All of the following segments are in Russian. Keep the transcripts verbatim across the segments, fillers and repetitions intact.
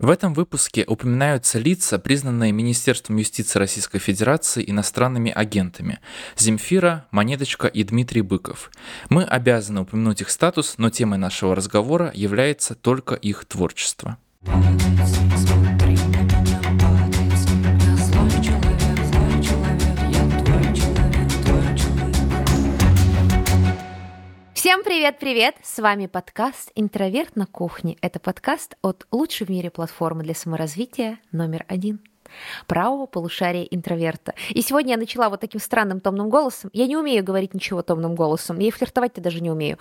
В этом выпуске упоминаются лица, признанные Министерством юстиции Российской Федерации иностранными агентами: Земфира, Монеточка и Дмитрий Быков. Мы обязаны упомянуть их статус, но темой нашего разговора является только их творчество. Всем привет-привет! С вами подкаст «Интроверт на кухне». Это подкаст от лучшей в мире платформы для саморазвития номер один. Правого полушария интроверта. И сегодня я начала вот таким странным томным голосом. Я не умею говорить ничего томным голосом. Я и флиртовать-то даже не умею.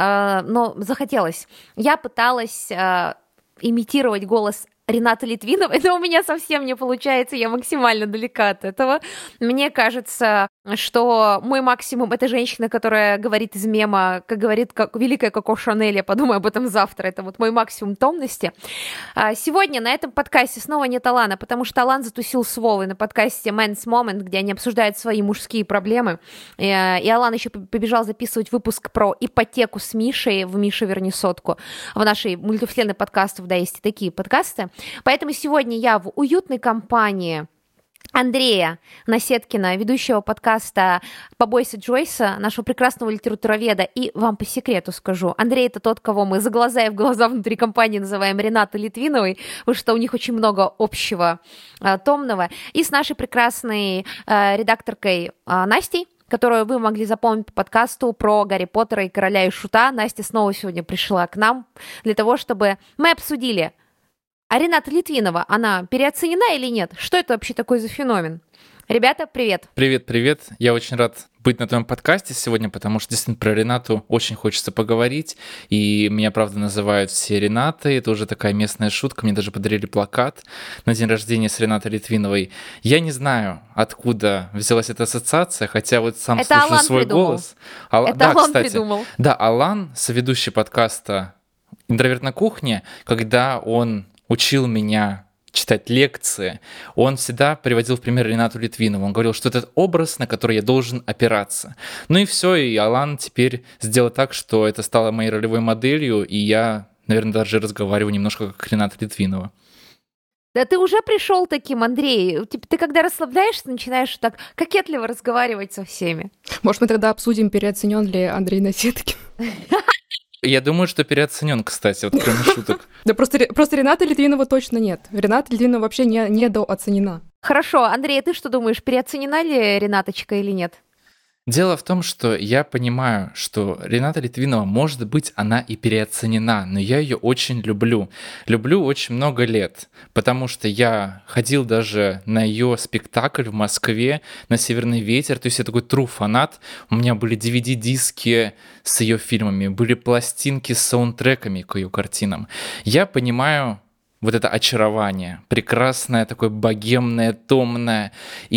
Но захотелось. Я пыталась имитировать голос Ренаты Литвиновой, но у меня совсем не получается, я максимально далека от этого. Мне кажется, что мой максимум — это женщина, которая говорит из мема, как говорит как великая Коко Шанель, я подумаю об этом завтра, это вот мой максимум томности. Сегодня на этом подкасте снова нет Алана, потому что Алан затусил с Вовой на подкасте Men's Moment, где они обсуждают свои мужские проблемы, и Алан еще побежал записывать выпуск про ипотеку с Мишей в «Миша, верни сотку». В нашей мультивселенной подкастов, да, есть и такие подкасты. Поэтому сегодня я в уютной компании Андрея Насеткина, ведущего подкаста «Побойся Джойса», нашего прекрасного литературоведа. И вам по секрету скажу, Андрей — это тот, кого мы за глаза и в глаза внутри компании называем Ренатой Литвиновой, потому что у них очень много общего э, томного. И с нашей прекрасной э, редакторкой э, Настей, которую вы могли запомнить по подкасту про Гарри Поттера и Короля и Шута. Настя снова сегодня пришла к нам для того, чтобы мы обсудили: а Рената Литвинова, она переоценена или нет? Что это вообще такой за феномен? Ребята, привет. Привет-привет. Я очень рад быть на твоем подкасте сегодня, потому что действительно про Ренату очень хочется поговорить. И меня, правда, называют все Ренатой. Это уже такая местная шутка. Мне даже подарили плакат на день рождения с Ренатой Литвиновой. Я не знаю, откуда взялась эта ассоциация, хотя вот сам это слушаю Алан свой придумал. голос. Ал... Это да, Алан кстати, придумал. Да, Алан, соведущий подкаста «Интроверт на кухне», когда он учил меня читать лекции, он всегда приводил в пример Ренату Литвинову. Он говорил, что это образ, на который я должен опираться. Ну и все, и Алан теперь сделал так, что это стало моей ролевой моделью, и я, наверное, даже разговариваю немножко как Рената Литвинова. Да ты уже пришел таким, Андрей. Типа, ты когда расслабляешься, начинаешь так кокетливо разговаривать со всеми. Может, мы тогда обсудим, переоценен ли Андрей Насеткин? Я думаю, что переоценен, кстати, вот кроме шуток. Да просто, просто Рената Литвинова точно нет. Рената Литвинова вообще не, недооценена. Хорошо, Андрей, ты что думаешь, переоценена ли Ренаточка или нет? Дело в том, что я понимаю, что Рената Литвинова, может быть, она и переоценена, но я ее очень люблю. Люблю очень много лет, потому что я ходил даже на ее спектакль в Москве, на «Северный ветер», то есть я такой true фанат. У меня были ди ви ди-диски с ее фильмами, были пластинки с саундтреками к ее картинам. Я понимаю вот это очарование, прекрасное, такое богемное, томное,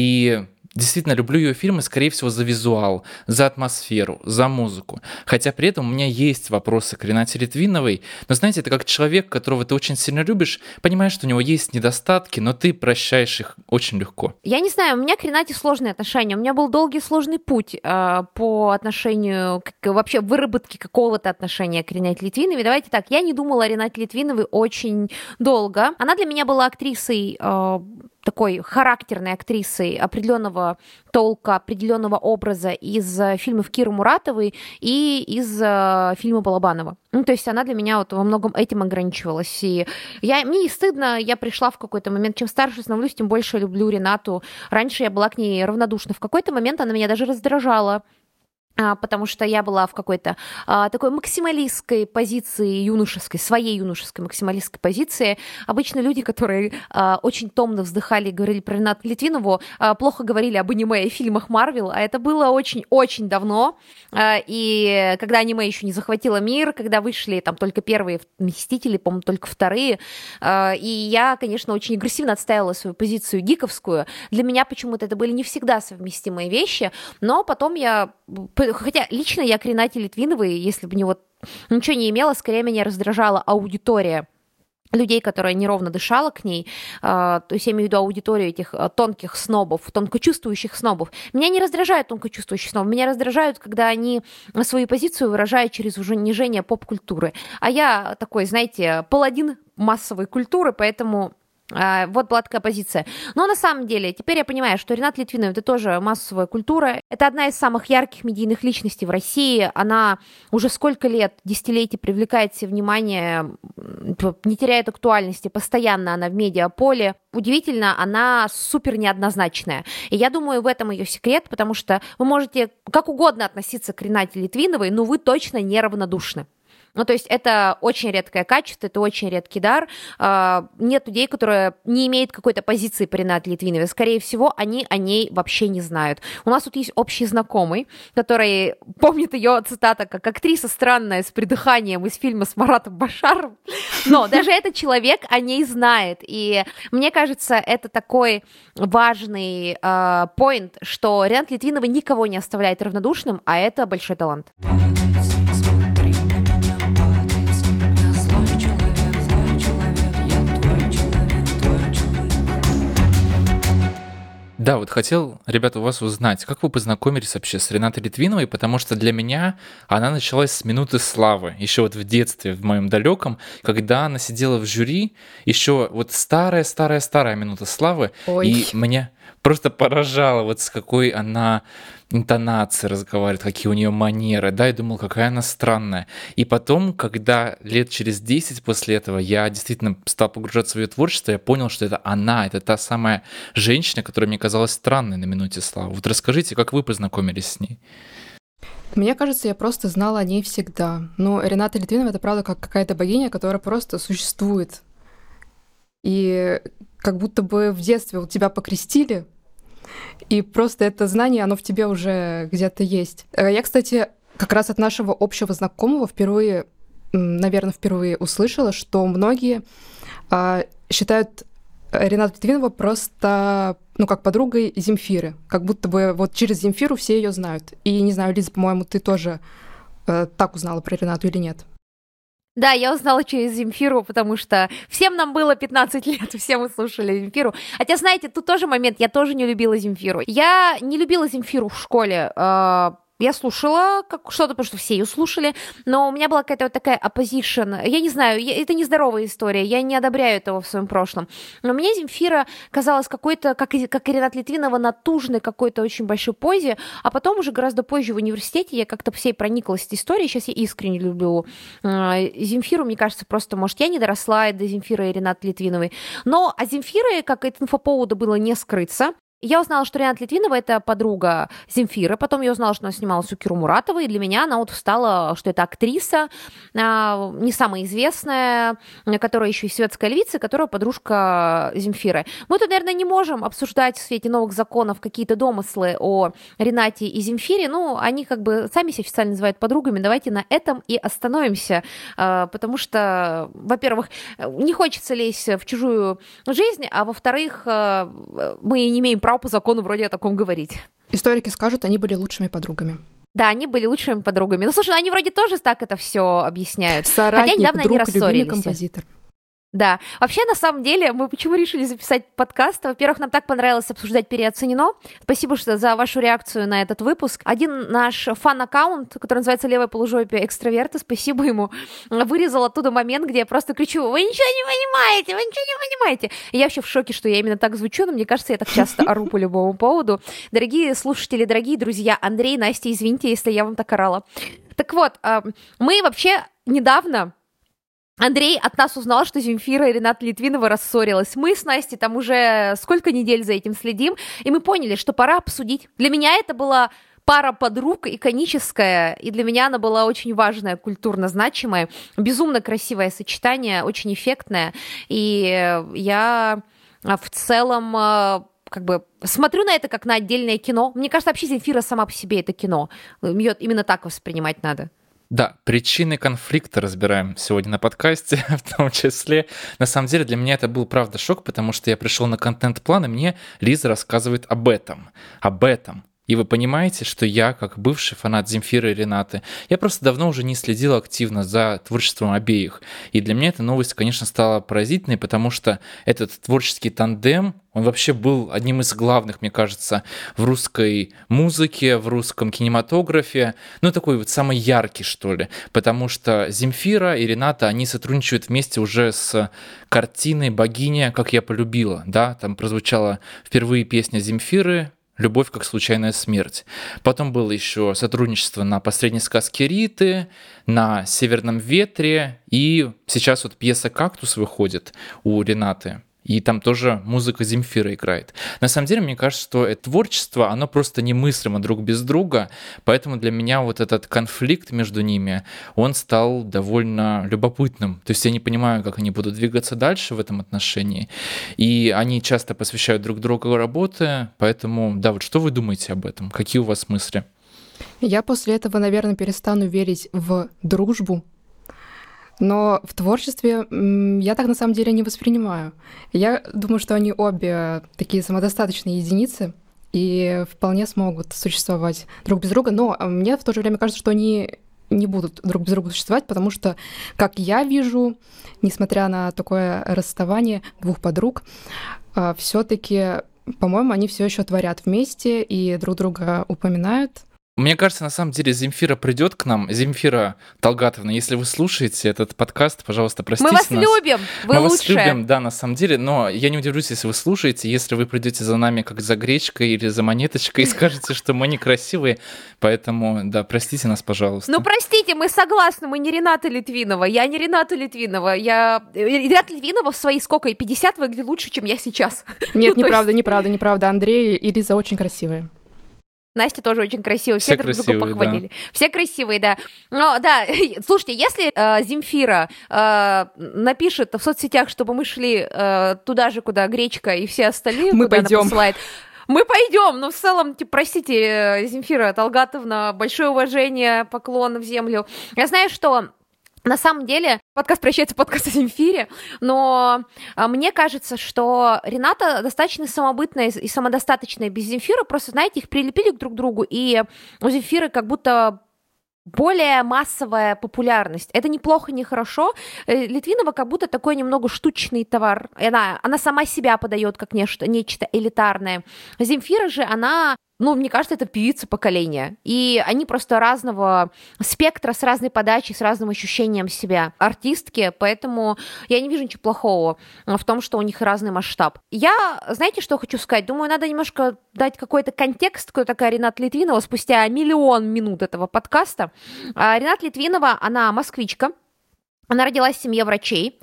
и действительно люблю ее фильмы, скорее всего, за визуал, за атмосферу, за музыку. Хотя при этом у меня есть вопросы к Ренате Литвиновой. Но знаете, это как человек, которого ты очень сильно любишь, понимаешь, что у него есть недостатки, но ты прощаешь их очень легко. Я не знаю, у меня к Ренате сложные отношения. У меня был долгий сложный путь э, по отношению к вообще выработке какого-то отношения к Ренате Литвиновой. Давайте так, я не думала о Ренате Литвиновой очень долго. Она для меня была актрисой, э, такой характерной актрисой определенного толка, определенного образа из фильмов Киры Муратовой и из э, фильма Балабанова. Ну, то есть она для меня вот во многом этим ограничивалась. И я, мне не стыдно, я пришла в какой-то момент, чем старше становлюсь, тем больше люблю Ренату. Раньше я была к ней равнодушна. В какой-то момент она меня даже раздражала, потому что я была в какой-то а, такой максималистской позиции юношеской, своей юношеской максималистской позиции. Обычно люди, которые а, очень томно вздыхали и говорили про Ренату Литвинову, а, плохо говорили об аниме и фильмах Марвел, а это было очень-очень давно. А, и когда аниме еще не захватило мир, когда вышли там только первые «Мстители», по-моему, только вторые, а, и я, конечно, очень агрессивно отстаивала свою позицию гиковскую. Для меня почему-то это были не всегда совместимые вещи, но потом я... Хотя лично я к Ренате Литвиновой, если бы не вот ничего не имела, скорее меня раздражала аудитория людей, которая неровно дышала к ней, то есть я имею в виду аудиторию этих тонких снобов, тонкочувствующих снобов. Меня не раздражают тонкочувствующие снобы, меня раздражают, когда они свою позицию выражают через унижение поп-культуры. А я такой, знаете, паладин массовой культуры, поэтому а, вот была такая позиция. Но на самом деле, теперь я понимаю, что Ренат Литвинов — это тоже массовая культура. Это одна из самых ярких медийных личностей в России. Она уже сколько лет, десятилетий привлекает себе внимание, не теряет актуальности. Постоянно она в медиаполе. Удивительно, она супер неоднозначная. И я думаю, в этом ее секрет, потому что вы можете как угодно относиться к Ренате Литвиновой, но вы точно неравнодушны. Ну, то есть это очень редкое качество, это очень редкий дар. Нет людей, которые не имеют какой-то позиции по Ренате Литвиновой. Скорее всего, они о ней вообще не знают. У нас тут есть общий знакомый, который помнит ее, цитата, как актриса странная с придыханием из фильма с Маратом Башаровым. Но даже этот человек о ней знает. И мне кажется, это такой важный поинт, что Рената Литвинова никого не оставляет равнодушным, а это большой талант. Да, вот хотел, ребята, у вас узнать, как вы познакомились вообще с Ренатой Литвиновой, потому что для меня она началась с «Минуты славы», еще вот в детстве, в моем далеком, когда она сидела в жюри, еще вот старая-старая-старая «Минута славы», Ой. и меня просто поражало, вот с какой она интонацией разговаривает, какие у нее манеры, да, я думал, какая она странная. И потом, когда лет через десять после этого я действительно стал погружаться в ее творчество, я понял, что это она, это та самая женщина, которая мне казалась странной на «Минуте славы». Вот расскажите, как вы познакомились с ней? Мне кажется, я просто знала о ней всегда. Но Рената Литвинова — это правда как какая-то богиня, которая просто существует. И как будто бы в детстве вот тебя покрестили, и просто это знание, оно в тебе уже где-то есть. Я, кстати, как раз от нашего общего знакомого впервые, наверное, впервые услышала, что многие а, считают Ренату Литвинову просто, ну, как подругой Земфиры. Как будто бы вот через Земфиру все ее знают. И не знаю, Лиза, по-моему, ты тоже э, так узнала про Ренату или нет? Да, я узнала через Земфиру, потому что всем нам было пятнадцать лет, все мы слушали Земфиру. Хотя, знаете, тут тоже момент, я тоже не любила Земфиру. Я не любила Земфиру в школе. Я слушала как что-то, потому что все ее слушали, но у меня была какая-то вот такая opposition. Я не знаю, я, это нездоровая история, я не одобряю этого в своем прошлом. Но мне Земфира казалась какой-то, как и, как и Рената Литвинова, натужной какой-то очень большой позе, а потом уже гораздо позже в университете я как-то всей прониклась этой историей. Сейчас я искренне люблю Земфиру, мне кажется, просто, может, я не доросла до Земфиры и Ренаты Литвиновой. Но от Земфиры, как от инфоповода, было не скрыться. Я узнала, что Рената Литвинова — это подруга Земфиры, потом я узнала, что она снималась у Киры Муратовой, и для меня она вот встала, что это актриса, не самая известная, которая еще и светская львица, которая подружка Земфиры. Мы тут, наверное, не можем обсуждать в свете новых законов какие-то домыслы о Ренате и Земфире, ну, они как бы сами себя официально называют подругами, давайте на этом и остановимся, потому что, во-первых, не хочется лезть в чужую жизнь, а во-вторых, мы не имеем права по закону вроде о таком говорить. Историки скажут, они были лучшими подругами. Да, они были лучшими подругами. Ну, слушай, они вроде тоже так это все объясняют. Соратник, Хотя недавно друг, они рассорились. любимый композитор. Да. Вообще, на самом деле, мы почему решили записать подкаст? Во-первых, нам так понравилось обсуждать «Переоценено». Спасибо что за вашу реакцию на этот выпуск. Один наш фан-аккаунт, который называется «Левое полужопие экстраверта», спасибо ему, вырезал оттуда момент, где я просто кричу: «Вы ничего не понимаете, вы ничего не понимаете!» И я вообще в шоке, что я именно так звучу, но мне кажется, я так часто ору по любому поводу. Дорогие слушатели, дорогие друзья, Андрей, Настя, извините, если я вам так орала. Так вот, мы вообще недавно... Андрей от нас узнал, что Земфира и Рената Литвинова рассорилась. Мы с Настей там уже сколько недель за этим следим, и мы поняли, что пора обсудить. Для меня это была пара подруг иконическая, и для меня она была очень важная, культурно значимая, безумно красивое сочетание, очень эффектное, и я в целом... как бы смотрю на это как на отдельное кино. Мне кажется, вообще Земфира сама по себе это кино. Ее именно так воспринимать надо. Да, причины конфликта разбираем сегодня на подкасте, в том числе. На самом деле для меня это был, правда, шок, потому что я пришел на контент-план, и мне Лиза рассказывает об этом, об этом. И вы понимаете, что я, как бывший фанат Земфиры и Ренаты, я просто давно уже не следил активно за творчеством обеих. И для меня эта новость, конечно, стала поразительной, потому что этот творческий тандем, он вообще был одним из главных, мне кажется, в русской музыке, в русском кинематографе. Ну, такой вот самый яркий, что ли. Потому что Земфира и Рената, они сотрудничают вместе уже с картиной «Богиня, как я полюбила». Да? Там прозвучала впервые песня Земфиры «Любовь как случайная смерть». Потом было еще сотрудничество на «Последней сказке Риты», на «Северном ветре», и сейчас вот пьеса «Кактус» выходит у Ренаты. И там тоже музыка Земфиры играет. На самом деле, мне кажется, что это творчество, оно просто немыслимо друг без друга, поэтому для меня вот этот конфликт между ними, он стал довольно любопытным. То есть я не понимаю, как они будут двигаться дальше в этом отношении, и они часто посвящают друг другу работы, поэтому, да, вот что вы думаете об этом? Какие у вас мысли? Я после этого, наверное, перестану верить в дружбу, но в творчестве я так на самом деле не воспринимаю. Я думаю, что они обе такие самодостаточные единицы и вполне смогут существовать друг без друга, но мне в то же время кажется, что они не будут друг без друга существовать, потому что, как я вижу, несмотря на такое расставание двух подруг, все-таки, по-моему, они все еще творят вместе и друг друга упоминают. Мне кажется, на самом деле Земфира придет к нам. Земфира Талгатовна, если вы слушаете этот подкаст, пожалуйста, простите Мы вас нас. любим, вы Мы лучшие. вас любим, да, на самом деле, но я не удивлюсь, если вы слушаете, если вы придете за нами как за гречкой или за монеточкой и скажете, что мы некрасивые, поэтому, да, простите нас, пожалуйста. Ну, простите, мы согласны, мы не Рената Литвинова, я не Рената Литвинова, я... Рената Литвинова в свои сколько, и пятьдесят выглядит лучше, чем я сейчас. Нет, Ну, то неправда, есть- неправда, неправда. Андрей и Лиза очень красивые. Настя тоже очень красивая, все, Все друг друга красивые, похвалили. Все красивые, да. Но, да, слушайте, если э, Земфира э, напишет в соцсетях, чтобы мы шли э, туда же, куда Гречка и все остальные, Мы куда она пойдем. посылает, мы пойдем, но в целом, типа, простите, э, Земфира Талгатовна, большое уважение, поклон в землю. Я знаю, что на самом деле подкаст прощается, подкаст о Земфире, но а, мне кажется, что Рената достаточно самобытная и самодостаточная без Земфиры, просто, знаете, их прилепили друг к другу, и у Земфиры как будто более массовая популярность. Это неплохо, не хорошо. Э, Литвинова как будто такой немного штучный товар. Она, она сама себя подает как нечто, нечто элитарное. Земфира же, она, ну, мне кажется, это певица поколения. И они просто разного спектра, с разной подачей, с разным ощущением себя. Артистки, поэтому я не вижу ничего плохого в том, что у них разный масштаб. Я, знаете, что хочу сказать? Думаю, надо немножко дать какой-то контекст, кто такая Рената Литвинова спустя миллион минут этого подкаста. А, Рената Литвинова, она москвичка, она родилась в семье врачей,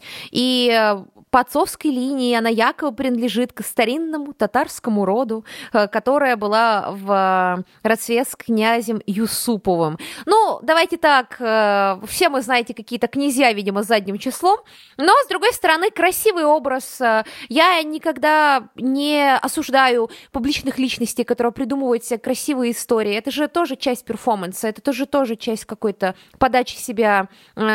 и по отцовской линии она якобы принадлежит к старинному татарскому роду, которая была в родстве с князем Юсуповым. Ну, давайте так, все мы знаете какие-то князья, видимо, с задним числом, но, с другой стороны, красивый образ. Я никогда не осуждаю публичных личностей, которые придумывают себе красивые истории. Это же тоже часть перформанса, это тоже тоже часть какой-то подачи себя.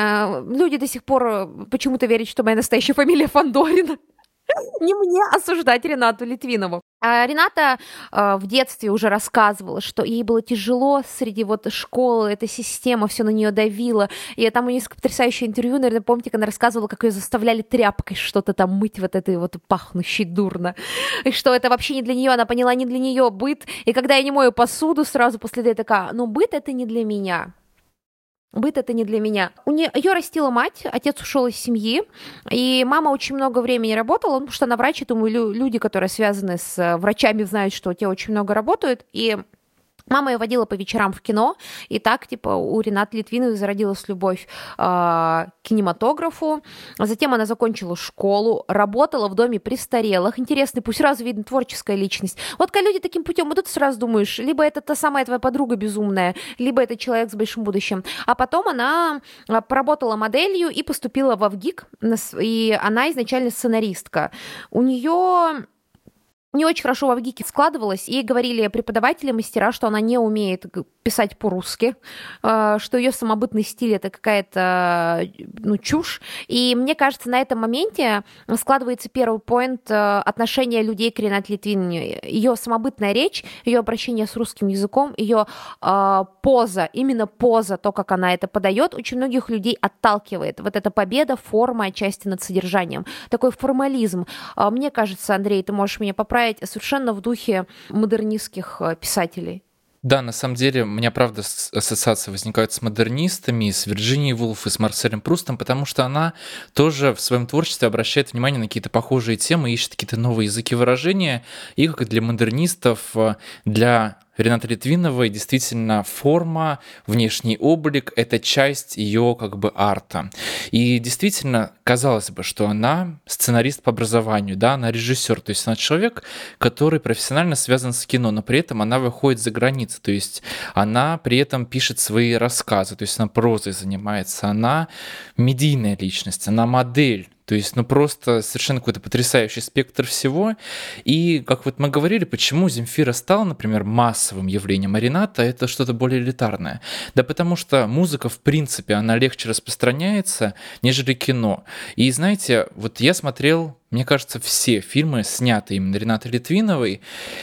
Люди до сих пор почему-то верят, что моя настоящая фамилия Фандорина. Не мне осуждать Ренату Литвинову. А Рената э, в детстве уже рассказывала, что ей было тяжело среди вот школы, эта система все на нее давила. И там у нее есть потрясающее интервью, наверное, помните, как она рассказывала, как ее заставляли тряпкой что-то там мыть вот этой вот пахнущей дурно. И что это вообще не для нее, она поняла, не для нее быт. И когда я не мою посуду, сразу после этого я такая, ну быт это не для меня. Быт это не для меня. У нее, ее растила мать, отец ушел из семьи, и мама очень много времени работала, потому что она врач, и думаю, лю- люди, которые связаны с врачами, знают, что те очень много работают, и мама ее водила по вечерам в кино, и так, типа, у Ренаты Литвиновой зародилась любовь э, к кинематографу. Затем она закончила школу, работала в доме престарелых. Интересный, пусть сразу видно творческая личность. Вот когда люди таким путем идут, сразу думаешь, либо это та самая твоя подруга безумная, либо это человек с большим будущим. А потом она поработала моделью и поступила во ВГИК, и она изначально сценаристка. У нее не очень хорошо во ВГИКе складывалось, и говорили преподаватели, мастера, что она не умеет писать по-русски, что ее самобытный стиль — это какая-то, ну, чушь. И мне кажется, на этом моменте складывается первый поинт отношения людей к Ренате Литвиновне. Ее самобытная речь, ее обращение с русским языком, ее э, поза, именно поза, то, как она это подает, очень многих людей отталкивает. Вот эта победа, форма отчасти над содержанием. Такой формализм. Мне кажется, Андрей, ты можешь меня поправить, совершенно в духе модернистских писателей. Да, на самом деле, у меня, правда, ассоциации возникают с модернистами, с Вирджинией Вулф и с Марселем Прустом, потому что она тоже в своем творчестве обращает внимание на какие-то похожие темы, ищет какие-то новые языки выражения, и как и для модернистов, для Ренаты Литвиновой действительно форма, внешний облик — это часть ее как бы арта. И действительно, казалось бы, что она сценарист по образованию, да, она режиссер, то есть она человек, который профессионально связан с кино, но при этом она выходит за границы, то есть она при этом пишет свои рассказы, то есть она прозой занимается, она медийная личность, она модель. То есть, ну, просто совершенно какой-то потрясающий спектр всего. И, как вот мы говорили, почему Земфира стала, например, массовым явлением, а Рената — это что-то более элитарное. Да потому что музыка, в принципе, она легче распространяется, нежели кино. И, знаете, вот я смотрел, мне кажется, все фильмы, снятые именно Ренатой Литвиновой,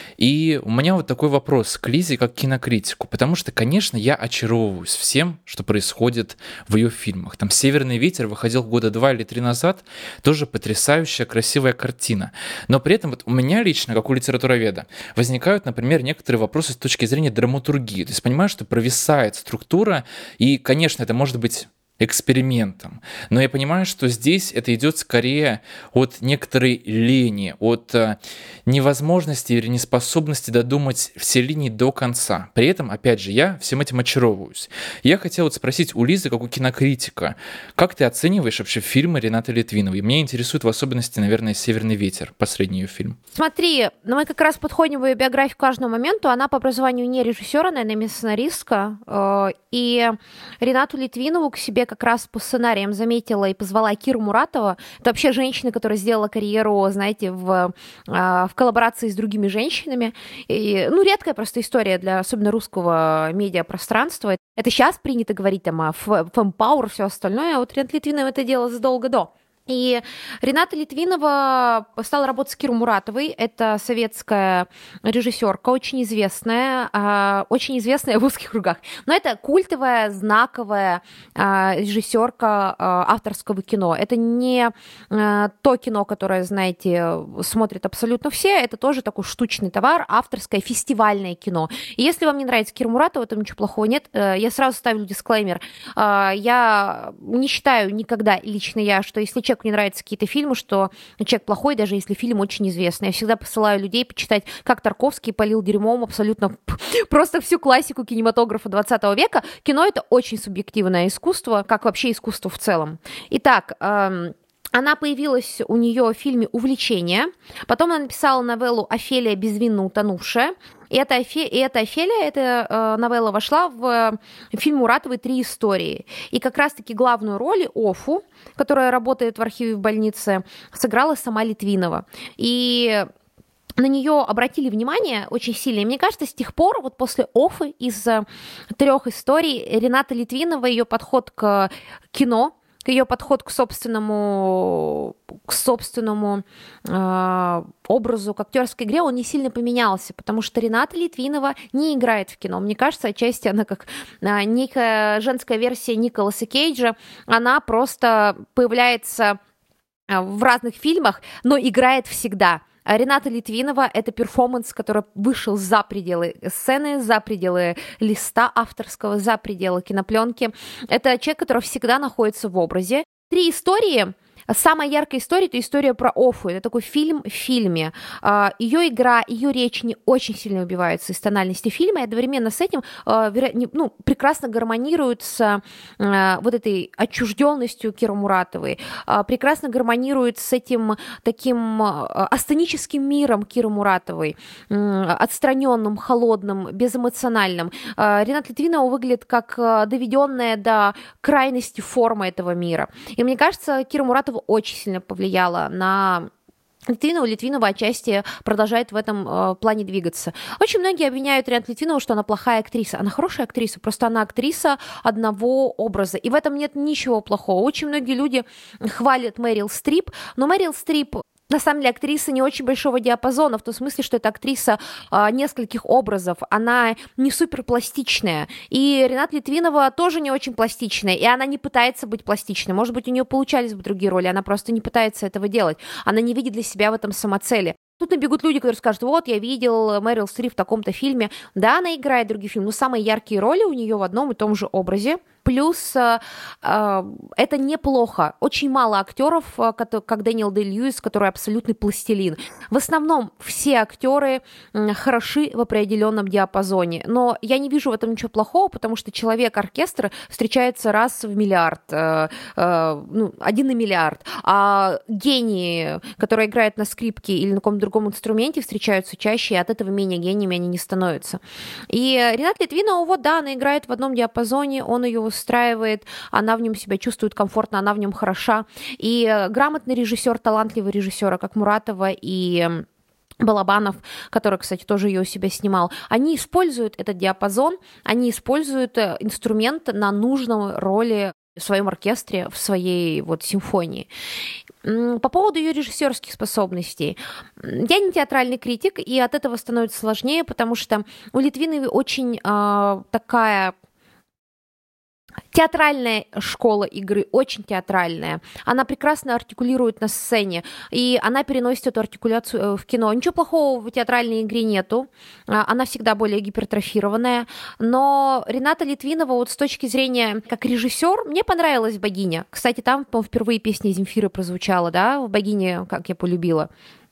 и у меня вот такой вопрос к Лизе как кинокритику, потому что, конечно, я очаровываюсь всем, что происходит в ее фильмах. Там «Северный ветер» выходил года два или три назад, тоже потрясающая, красивая картина. Но при этом вот у меня лично, как у литературоведа, возникают, например, некоторые вопросы с точки зрения драматургии. То есть понимаю, что провисает структура, и, конечно, это может быть экспериментом. Но я понимаю, что здесь это идет скорее от некоторой лени, от невозможности или неспособности додумать все линии до конца. При этом, опять же, я всем этим очаровываюсь. Я хотел вот спросить у Лизы, как у кинокритика, как ты оцениваешь вообще фильмы Ренаты Литвиновой? Меня интересует в особенности, наверное, «Северный ветер», последний ее фильм. Смотри, ну мы как раз подходим в ее биографию к каждому моменту. Она по образованию не режиссер, она именно сценаристка. И Ренату Литвинову к себе как раз по сценариям заметила и позвала Киру Муратова. Это вообще женщина, которая сделала карьеру, знаете, в, в коллаборации с другими женщинами. И, ну, редкая просто история для особенно русского медиапространства. Это сейчас принято говорить там о фэмпауэр, все остальное, а вот Рената Литвинова это делала задолго до. И Рената Литвинова стала работать с Кирой Муратовой. Это советская режиссерка, очень известная, очень известная в узких кругах. Но это культовая, знаковая режиссерка авторского кино. Это не то кино, которое, знаете, смотрят абсолютно все. Это тоже такой штучный товар, авторское, фестивальное кино. И если вам не нравится Кира Муратова, то ничего плохого нет. Я сразу ставлю дисклеймер. Я не считаю никогда, лично я, что если человеку не нравятся какие-то фильмы, что человек плохой, даже если фильм очень известный. Я всегда посылаю людей почитать, как Тарковский полил дерьмом абсолютно просто всю классику кинематографа двадцатого века. Кино — это очень субъективное искусство, как вообще искусство в целом. Итак, эм, она появилась у нее в фильме «Увлечение». Потом она написала новеллу «Офелия, безвинно утонувшая». И эта, Офе... и эта Офелия, эта э, новелла вошла в фильм Муратовой «Три истории». И как раз-таки главную роль Офу, которая работает в архиве в больнице, сыграла сама Литвинова. И на нее обратили внимание очень сильно. И мне кажется, с тех пор, вот после Офы, из трех историй, Рената Литвинова, ее подход к кино, ее подход к собственному, к собственному э, образу, к актерской игре, он не сильно поменялся, потому что Рената Литвинова не играет в кино. Мне кажется, отчасти она как э, некая женская версия Николаса Кейджа, она просто появляется в разных фильмах, но играет всегда. Рената Литвинова — это перформанс, который вышел за пределы сцены, за пределы листа авторского, за пределы кинопленки. Это человек, который всегда находится в образе. Три истории. Самая яркая история — это история про Офу. Это такой фильм в фильме. Ее игра, ее речь не очень сильно выбиваются из тональности фильма, и одновременно с этим ну, прекрасно гармонируют с вот этой отчужденностью Киры Муратовой, прекрасно гармонируют с этим таким астеническим миром Киры Муратовой, отстраненным, холодным, безэмоциональным. Рената Литвинова выглядит как доведенная до крайности форма этого мира. И мне кажется, Кира Муратова очень сильно повлияла на Литвинова, Литвинова отчасти продолжает в этом э, плане двигаться. Очень многие обвиняют Ренату Литвинову, что она плохая актриса. Она хорошая актриса, просто она актриса одного образа. И в этом нет ничего плохого. Очень многие люди хвалят Мэрил Стрип, но Мэрил Стрип на самом деле актриса не очень большого диапазона, в том смысле, что это актриса а, нескольких образов, она не супер пластичная, и Рената Литвинова тоже не очень пластичная, и она не пытается быть пластичной, может быть, у нее получались бы другие роли, она просто не пытается этого делать, она не видит для себя в этом самоцели. Тут набегут люди, которые скажут, вот, я видел Мэрил Стрип в таком-то фильме, да, она играет другие фильмы, но самые яркие роли у нее в одном и том же образе. Плюс э, э, это неплохо. Очень мало актеров, э, как, как Дэниел Дэй-Льюис, который абсолютный пластилин. В основном все актеры э, хороши в определенном диапазоне. Но я не вижу в этом ничего плохого, потому что человек-оркестр встречается раз в миллиард, э, э, ну, один на миллиард. А гении, которые играют на скрипке или на каком-то другом инструменте, встречаются чаще, и от этого менее гениями они не становятся. И Рената Литвинова, вот да, она играет в одном диапазоне, он ее устраивает, она в нем себя чувствует комфортно, она в нем хороша. И грамотный режиссер, талантливый режиссер, как Муратова и Балабанов, который, кстати, тоже ее у себя снимал, они используют этот диапазон, они используют инструмент на нужном роли в своем оркестре, в своей вот симфонии. По поводу ее режиссерских способностей. Я не театральный критик, и от этого становится сложнее, потому что у Литвиновой очень э, такая театральная школа игры, очень театральная. Она прекрасно артикулирует на сцене, и она переносит эту артикуляцию в кино. Ничего плохого в театральной игре нету, она всегда более гипертрофированная, но Рената Литвинова вот с точки зрения как режиссер, мне понравилась «Богиня». Кстати, там, по-моему, впервые песня Земфиры прозвучала, да, в «Богине», как я полюбила.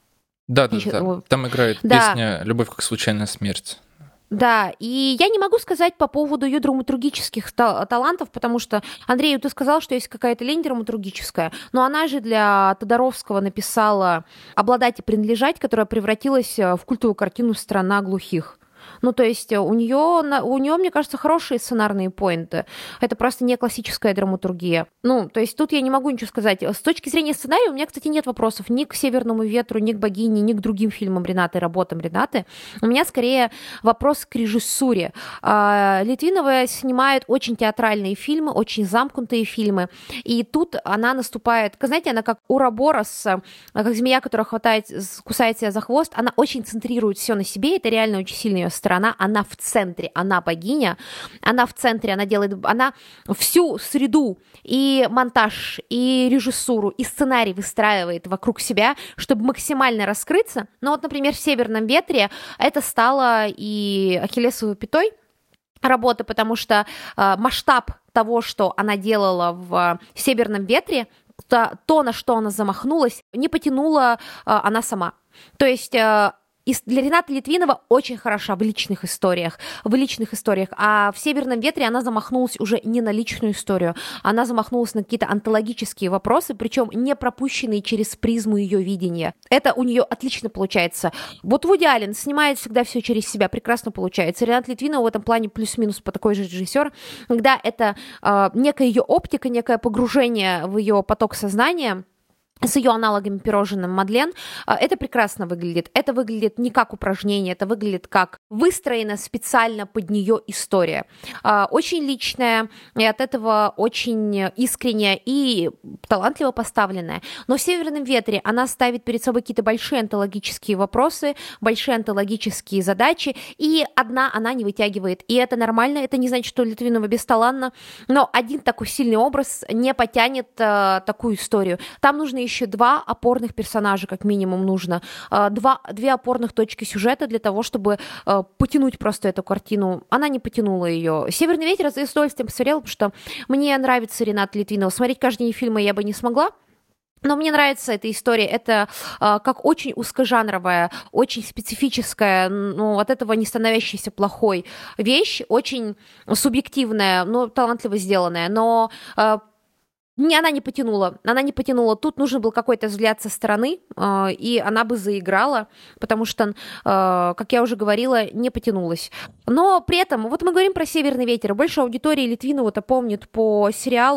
Да, да, да. Там играет да. песня «Любовь как случайная смерть». Да, и я не могу сказать по поводу ее драматургических та- талантов, потому что, Андрей, ты сказал, что есть какая-то лень драматургическая, но она же для Тодоровского написала «Обладать и принадлежать», которая превратилась в культовую картину «Страна глухих». Ну, то есть у нее, у нее, мне кажется, хорошие сценарные поинты. Это просто не классическая драматургия. Ну, то есть тут я не могу ничего сказать. С точки зрения сценария у меня, кстати, нет вопросов ни к «Северному ветру», ни к «Богине», ни к другим фильмам Ренаты, работам Ренаты. У меня скорее вопрос к режиссуре. Литвинова снимает очень театральные фильмы, очень замкнутые фильмы. И тут она наступает, знаете, она как Ураборос, как змея, которая хватает, кусает себя за хвост, она очень центрирует все на себе. Это реально очень сильная ее сторона, она в центре, она богиня, она в центре, она делает, она всю среду и монтаж, и режиссуру, и сценарий выстраивает вокруг себя, чтобы максимально раскрыться. Но вот, например, в «Северном ветре» это стало и ахиллесовой пятой работы, потому что э, масштаб того, что она делала в «Северном ветре», то, то на что она замахнулась, не потянула э, она сама. То есть э, И для Ренаты Литвинова очень хороша в личных историях, в личных историях, а в «Северном ветре» она замахнулась уже не на личную историю, она замахнулась на какие-то онтологические вопросы, причем не пропущенные через призму ее видения. Это у нее отлично получается. Вот Вуди Аллен снимает всегда все через себя, прекрасно получается. Рената Литвинова в этом плане плюс-минус по такой же режиссер, когда это э, некая ее оптика, некое погружение в ее поток сознания, с ее аналогами пирожным Мадлен, это прекрасно выглядит. Это выглядит не как упражнение, это выглядит как выстроена специально под нее история. Очень личная, и от этого очень искренняя и талантливо поставленная. Но в «Северном ветре» она ставит перед собой какие-то большие онтологические вопросы, большие онтологические задачи, и одна она не вытягивает. И это нормально, это не значит, что Литвинова бесталанна, но один такой сильный образ не потянет а, такую историю. Там нужно еще два опорных персонажа, как минимум, нужно. Два, две опорных точки сюжета для того, чтобы э, потянуть просто эту картину. Она не потянула ее. «Северный ветер» я с удовольствием посмотрела, потому что мне нравится Рената Литвинова. Смотреть каждый день фильмы я бы не смогла. Но мне нравится эта история, это э, как очень узкожанровая, очень специфическая, ну, от этого не становящаяся плохой вещь, очень субъективная, но талантливо сделанная, но э, Не, она не потянула, она не потянула. Тут нужен был какой-то взгляд со стороны, э, и она бы заиграла, потому что, э, как я уже говорила, не потянулась. Но при этом, вот мы говорим про «Северный ветер», больше аудитории Литвинову-то помнит по сериалу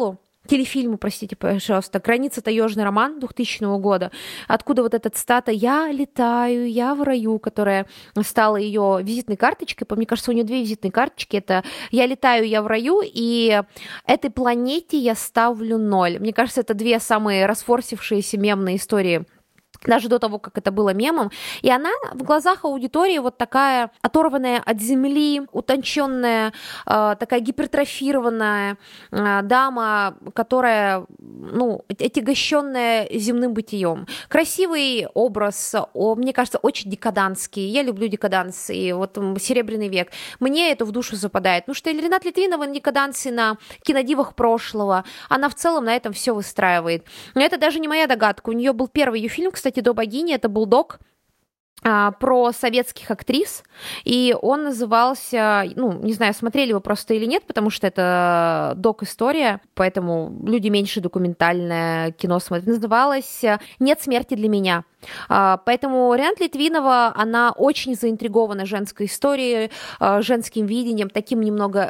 телефильму, простите, пожалуйста, «Граница. Таежный роман» двухтысячного года, откуда вот эта цитата «Я летаю, я в раю», которая стала ее визитной карточкой. Мне кажется, у нее две визитные карточки. Это «Я летаю, я в раю» и «Этой планете я ставлю ноль». Мне кажется, это две самые расфорсившиеся мемные истории даже до того, как это было мемом. И она в глазах аудитории вот такая оторванная от земли, утонченная, э, такая гипертрофированная э, дама, которая, ну, отягощенная земным бытием. Красивый образ, о, мне кажется, очень декадантский. Я люблю декаданс, и вот «Серебряный век». Мне это в душу западает. Ну что Рената Литвинова на декадансе, на кинодивах прошлого, она в целом на этом все выстраивает. Но это даже не моя догадка. У нее был первый ее фильм, кстати, до богини, это был док а, про советских актрис, и он назывался, ну, не знаю, смотрели вы просто или нет, потому что это док-история, поэтому люди меньше документальное кино смотрят. Называлось «Нет смерти для меня». Поэтому Рената Литвинова, она очень заинтригована женской историей, женским видением, таким немного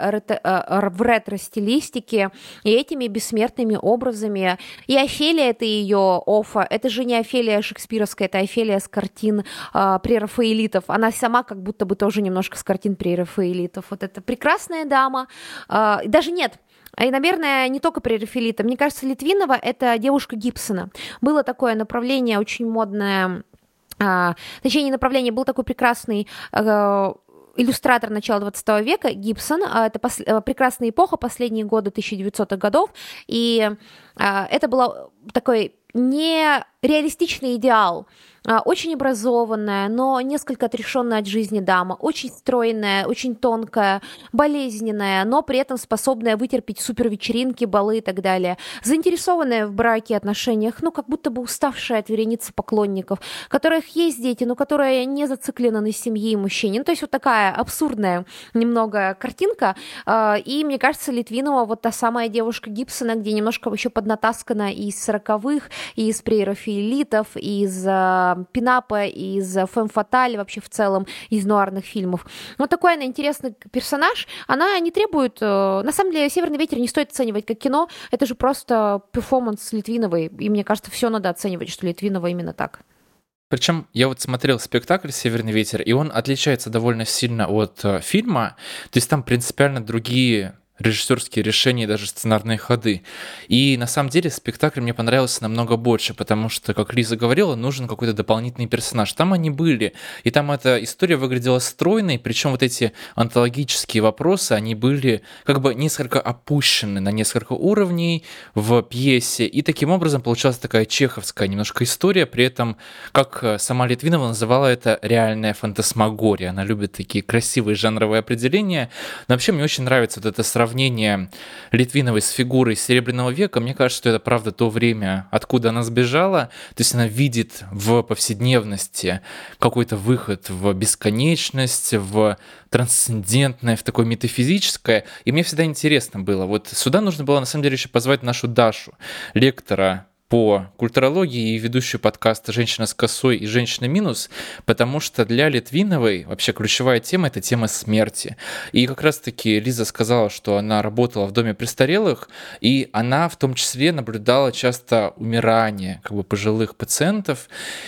в ретро-стилистике, и этими бессмертными образами. И Офелия — это ее Офа, это же не Офелия шекспировская, это Офелия с картин прерафаэлитов. Она сама как будто бы тоже немножко с картин прерафаэлитов. Вот это прекрасная дама. Даже нет, и, наверное, не только прерафаэлита. Мне кажется, Литвинова — это девушка Гибсона. Было такое направление очень модное, а, точнее, не направление, был такой прекрасный а, иллюстратор начала двадцатого века Гибсон. А, это пос, а, прекрасная эпоха, последние годы тысяча девятисотых годов. И а, это был такой нереалистичный идеал. Очень образованная, но несколько отрешенная от жизни дама, очень стройная, очень тонкая, болезненная, но при этом способная вытерпеть супервечеринки, балы и так далее. Заинтересованная в браке, отношениях, ну, как будто бы уставшая от вереницы поклонников, у которых есть дети, но которые не зациклены на семье и мужчине. Ну, то есть вот такая абсурдная немного картинка. И, мне кажется, Литвинова вот та самая девушка Гибсона, где немножко еще поднатаскана из сороковых, из прерафаэлитов, из пинапа, из фemme-fatale, вообще в целом из нуарных фильмов. Вот такой она интересный персонаж. Она не требует... На самом деле, «Северный ветер» не стоит оценивать как кино. Это же просто перформанс Литвиновой. И мне кажется, все надо оценивать, что Литвинова именно так. Причем я вот смотрел спектакль «Северный ветер», и он отличается довольно сильно от э, фильма. То есть там принципиально другие режиссерские решения, даже сценарные ходы. И на самом деле спектакль мне понравился намного больше, потому что, как Лиза говорила, нужен какой-то дополнительный персонаж. Там они были, и там эта история выглядела стройной, причем вот эти онтологические вопросы, они были как бы несколько опущены на несколько уровней в пьесе, и таким образом получалась такая чеховская немножко история, при этом, как сама Литвинова называла это, реальная фантасмагория. Она любит такие красивые жанровые определения. Но вообще мне очень нравится вот это сравнение Сравнение Литвиновой с фигурой Серебряного века. Мне кажется, что это правда то время, откуда она сбежала. То есть она видит в повседневности какой-то выход в бесконечность, в трансцендентное, в такое метафизическое. И мне всегда интересно было. Вот сюда нужно было на самом деле еще позвать нашу Дашу, лектора по культурологии и ведущую подкаста «Женщина с косой» и «Женщина минус», потому что для Литвиновой вообще ключевая тема — это тема смерти. И как раз-таки Лиза сказала, что она работала в доме престарелых, и она в том числе наблюдала часто умирание как бы пожилых пациентов,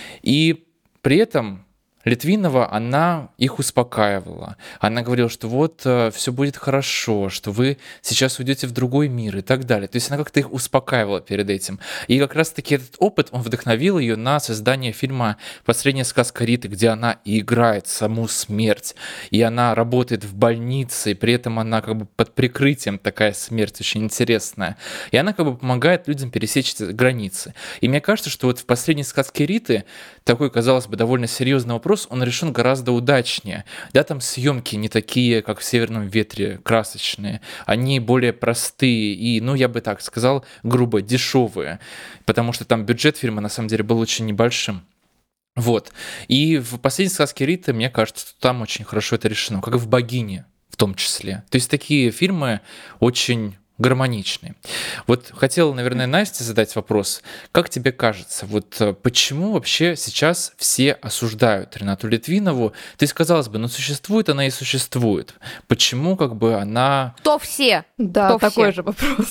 и при этом Литвинова, она их успокаивала. Она говорила, что вот э, все будет хорошо, что вы сейчас уйдете в другой мир и так далее. То есть она как-то их успокаивала перед этим. И как раз-таки этот опыт, он вдохновил ее на создание фильма «Последняя сказка Риты», где она и играет саму смерть, и она работает в больнице, и при этом она как бы под прикрытием, такая смерть очень интересная. И она как бы помогает людям пересечь границы. И мне кажется, что вот в «Последней сказке Риты» такой, казалось бы, довольно серьезный вопрос, он решен гораздо удачнее. Да, там съемки не такие, как в «Северном ветре», красочные. Они более простые и, ну, я бы так сказал, грубо дешевые, потому что там бюджет фильма на самом деле был очень небольшим. Вот. И в «Последней сказке Риты», мне кажется, что там очень хорошо это решено, как и в «Богине» в том числе. То есть такие фильмы очень гармоничные. Вот хотела, наверное, Насте задать вопрос. Как тебе кажется, вот почему вообще сейчас все осуждают Ренату Литвинову? То есть, казалось бы, ну существует она и существует. Почему как бы она... Кто все? Да, Кто такой все? же вопрос.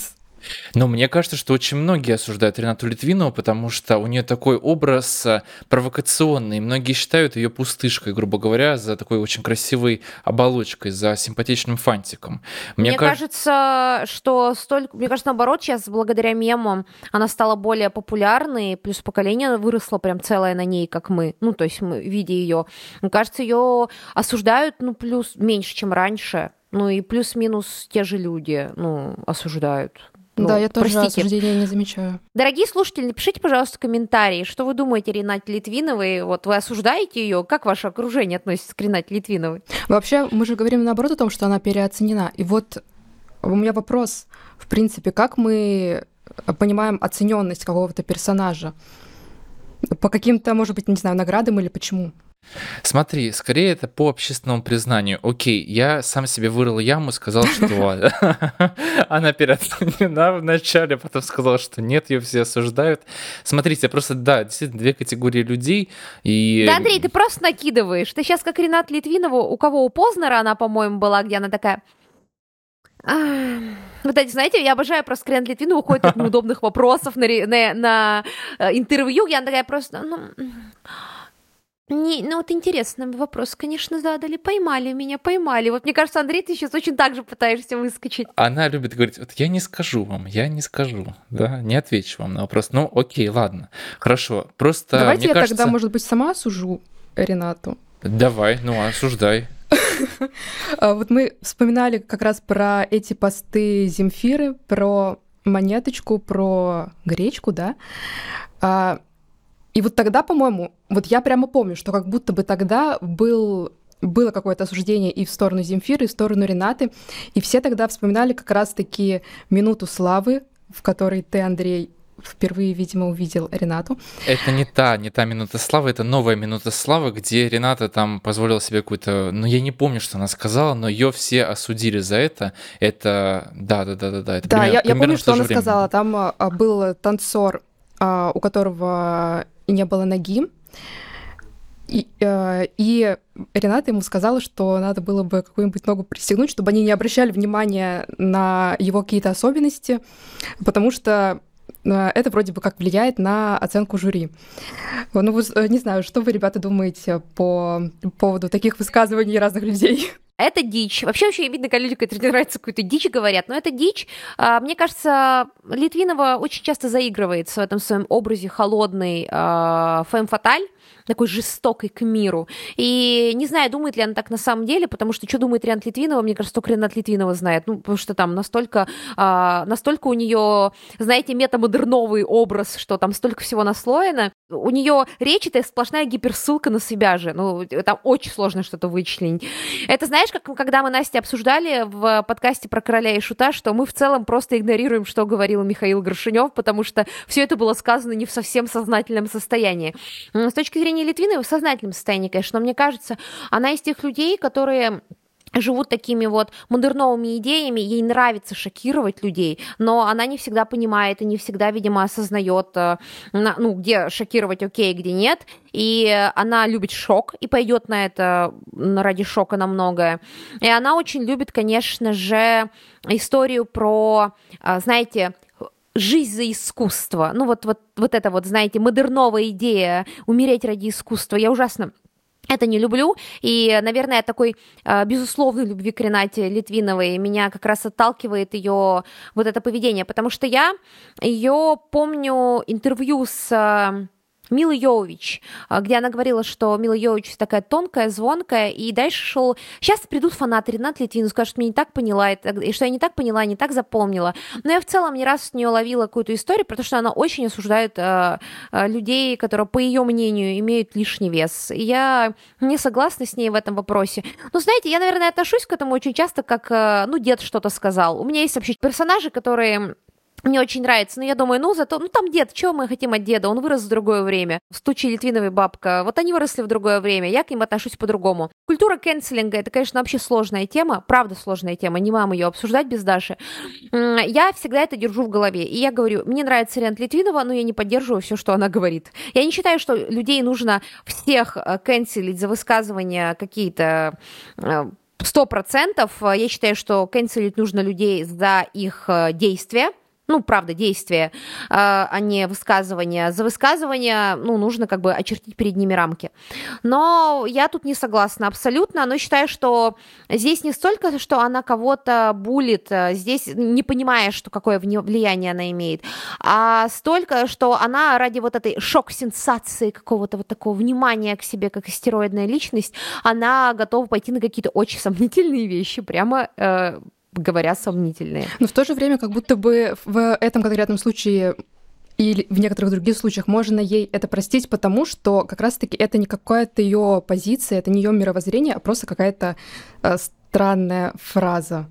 Но мне кажется, что очень многие осуждают Ренату Литвинову, потому что у нее такой образ э, провокационный. Многие считают ее пустышкой, грубо говоря, за такой очень красивой оболочкой, за симпатичным фантиком. Мне, Мне кажется, кажется, что столько... Мне кажется, наоборот, сейчас благодаря мемам она стала более популярной, плюс поколение выросло прям целое на ней, как мы. Ну, то есть мы, видя ее. Мне кажется, ее осуждают, ну, плюс меньше, чем раньше. Ну, и плюс-минус те же люди, ну, осуждают. Ну, Да, я тоже простите. осуждения не замечаю. Дорогие слушатели, напишите, пожалуйста, комментарии, что вы думаете о Ренате Литвиновой. Вот вы осуждаете ее? Как ваше окружение относится к Ренате Литвиновой? Вообще, мы же говорим наоборот о том, что она переоценена. И вот у меня вопрос, в принципе, как мы понимаем оцененность какого-то персонажа? По каким-то, может быть, не знаю, наградам или почему? смотри, скорее это по общественному признанию. Окей, я сам себе вырыл яму, сказал, что она переоценена вначале, потом сказал, что нет, ее все осуждают. Смотрите, просто, да, действительно, две категории людей. И... Да, Андрей, ты просто накидываешь. Ты сейчас как Рената Литвинова, у кого у Познера она, по-моему, была, где она такая... «Ах». Вот эти, знаете, я обожаю просто, когда Ренат Литвинова уходит от неудобных вопросов на, ре- на, на, э, интервью, где она такая просто... Ну, не, ну вот интересный вопрос, конечно, задали, поймали меня, поймали. Вот мне кажется, Андрей, ты сейчас очень так же пытаешься выскочить. Она любит говорить, вот я не скажу вам, я не скажу, да, не отвечу вам на вопрос. Ну, окей, ладно, хорошо, просто Давайте мне я кажется... тогда, может быть, сама осужу Ренату. Давай, ну, осуждай. А Вот мы вспоминали как раз про эти посты Земфиры, про монеточку, про гречку, да? А, И вот тогда, по-моему, вот я прямо помню, что как будто бы тогда был, было какое-то осуждение и в сторону Земфиры, и в сторону Ренаты, и все тогда вспоминали как раз-таки минуту славы, в которой ты, Андрей, впервые, видимо, увидел Ренату. Это не та, не та минута славы, это новая минута славы, где Рената там позволила себе какую-то, ну я не помню, что она сказала, но ее все осудили за это. Это, да, да, да, да, да. Это Да, примерно, я, я примерно помню, в то что же она время сказала. было. Там а, был танцор, а, у которого не было ноги. И, э, и Рената ему сказала, что надо было бы какую-нибудь ногу пристегнуть, чтобы они не обращали внимания на его какие-то особенности, потому что э, это вроде бы как влияет на оценку жюри. Ну, вот, э, не знаю, что вы, ребята, думаете по поводу таких высказываний разных людей? Это дичь. Вообще очень видно, когда люди которые нравится какую-то дичь говорят, но это дичь. А, Мне кажется, Литвинова очень часто заигрывается в этом своем образе холодной фэм-фаталь, такой жестокой к миру. И не знаю, думает ли она так на самом деле, потому что что думает Ренат Литвинова, мне кажется, только Ренат Литвинова знает. Ну, потому что там настолько, а, настолько у нее, знаете, метамодерновый образ, что там столько всего наслоено. У нее речь — это сплошная гиперссылка на себя же. Ну, там очень сложно что-то вычленить. Это, знаешь, как когда мы, Настя, обсуждали в подкасте про Короля и Шута, что мы в целом просто игнорируем, что говорил Михаил Горшинев, потому что все это было сказано не в совсем сознательном состоянии. С точки зрения Литвиновой в сознательном состоянии, конечно, но мне кажется, она из тех людей, которые живут такими вот модерновыми идеями, ей нравится шокировать людей, но она не всегда понимает и не всегда, видимо, осознает, ну, где шокировать окей, где нет, и она любит шок и пойдет на это ради шока на многое. И она очень любит, конечно же, историю про, знаете, жизнь за искусство. Ну вот, вот, вот это вот, знаете, модерновая идея умереть ради искусства. Я ужасно это не люблю, и, наверное, от такой э, безусловной любви к Ренате Литвиновой меня как раз отталкивает ее вот это поведение, потому что я ее помню интервью с э, Милой Йовович, где она говорила, что Мила Йовович такая тонкая, звонкая, и дальше шел... Сейчас придут фанаты Ренаты Литвиновой, скажут, что мне не так поняла, и что я не так поняла, не так запомнила. Но я в целом не раз с нее ловила какую-то историю, потому что она очень осуждает э, э, людей, которые, по ее мнению, имеют лишний вес. И я не согласна с ней в этом вопросе. Но, знаете, я, наверное, отношусь к этому очень часто, как, э, ну, дед что-то сказал. У меня есть вообще персонажи, которые... Мне очень нравится, но я думаю, ну, зато, ну, там дед, чего мы хотим от деда, он вырос в другое время. В случае Литвиновой бабка, вот они выросли в другое время, я к ним отношусь по-другому. Культура кэнселинга — это, конечно, вообще сложная тема, правда сложная тема, не мам ее обсуждать без Даши. Я всегда это держу в голове, и я говорю, мне нравится Ренат Литвинова, но я не поддерживаю все, что она говорит. Я не считаю, что людей нужно всех кэнселить за высказывания какие-то... Сто процентов. Я считаю, что кэнселить нужно людей за их действия, Ну, правда, действия, а не высказывания. За высказывания, ну, нужно как бы очертить перед ними рамки. Но я тут не согласна абсолютно, но считаю, что здесь не столько, что она кого-то булит, здесь не понимая, что какое влияние она имеет, а столько, что она ради вот этой шок-сенсации, какого-то вот такого внимания к себе, как истероидная личность, она готова пойти на какие-то очень сомнительные вещи, прямо э, говоря, сомнительные. Но в то же время, как будто бы в этом конкретном случае или в некоторых других случаях можно ей это простить, потому что как раз-таки это не какая-то ее позиция, это не ее мировоззрение, а просто какая-то э, странная фраза.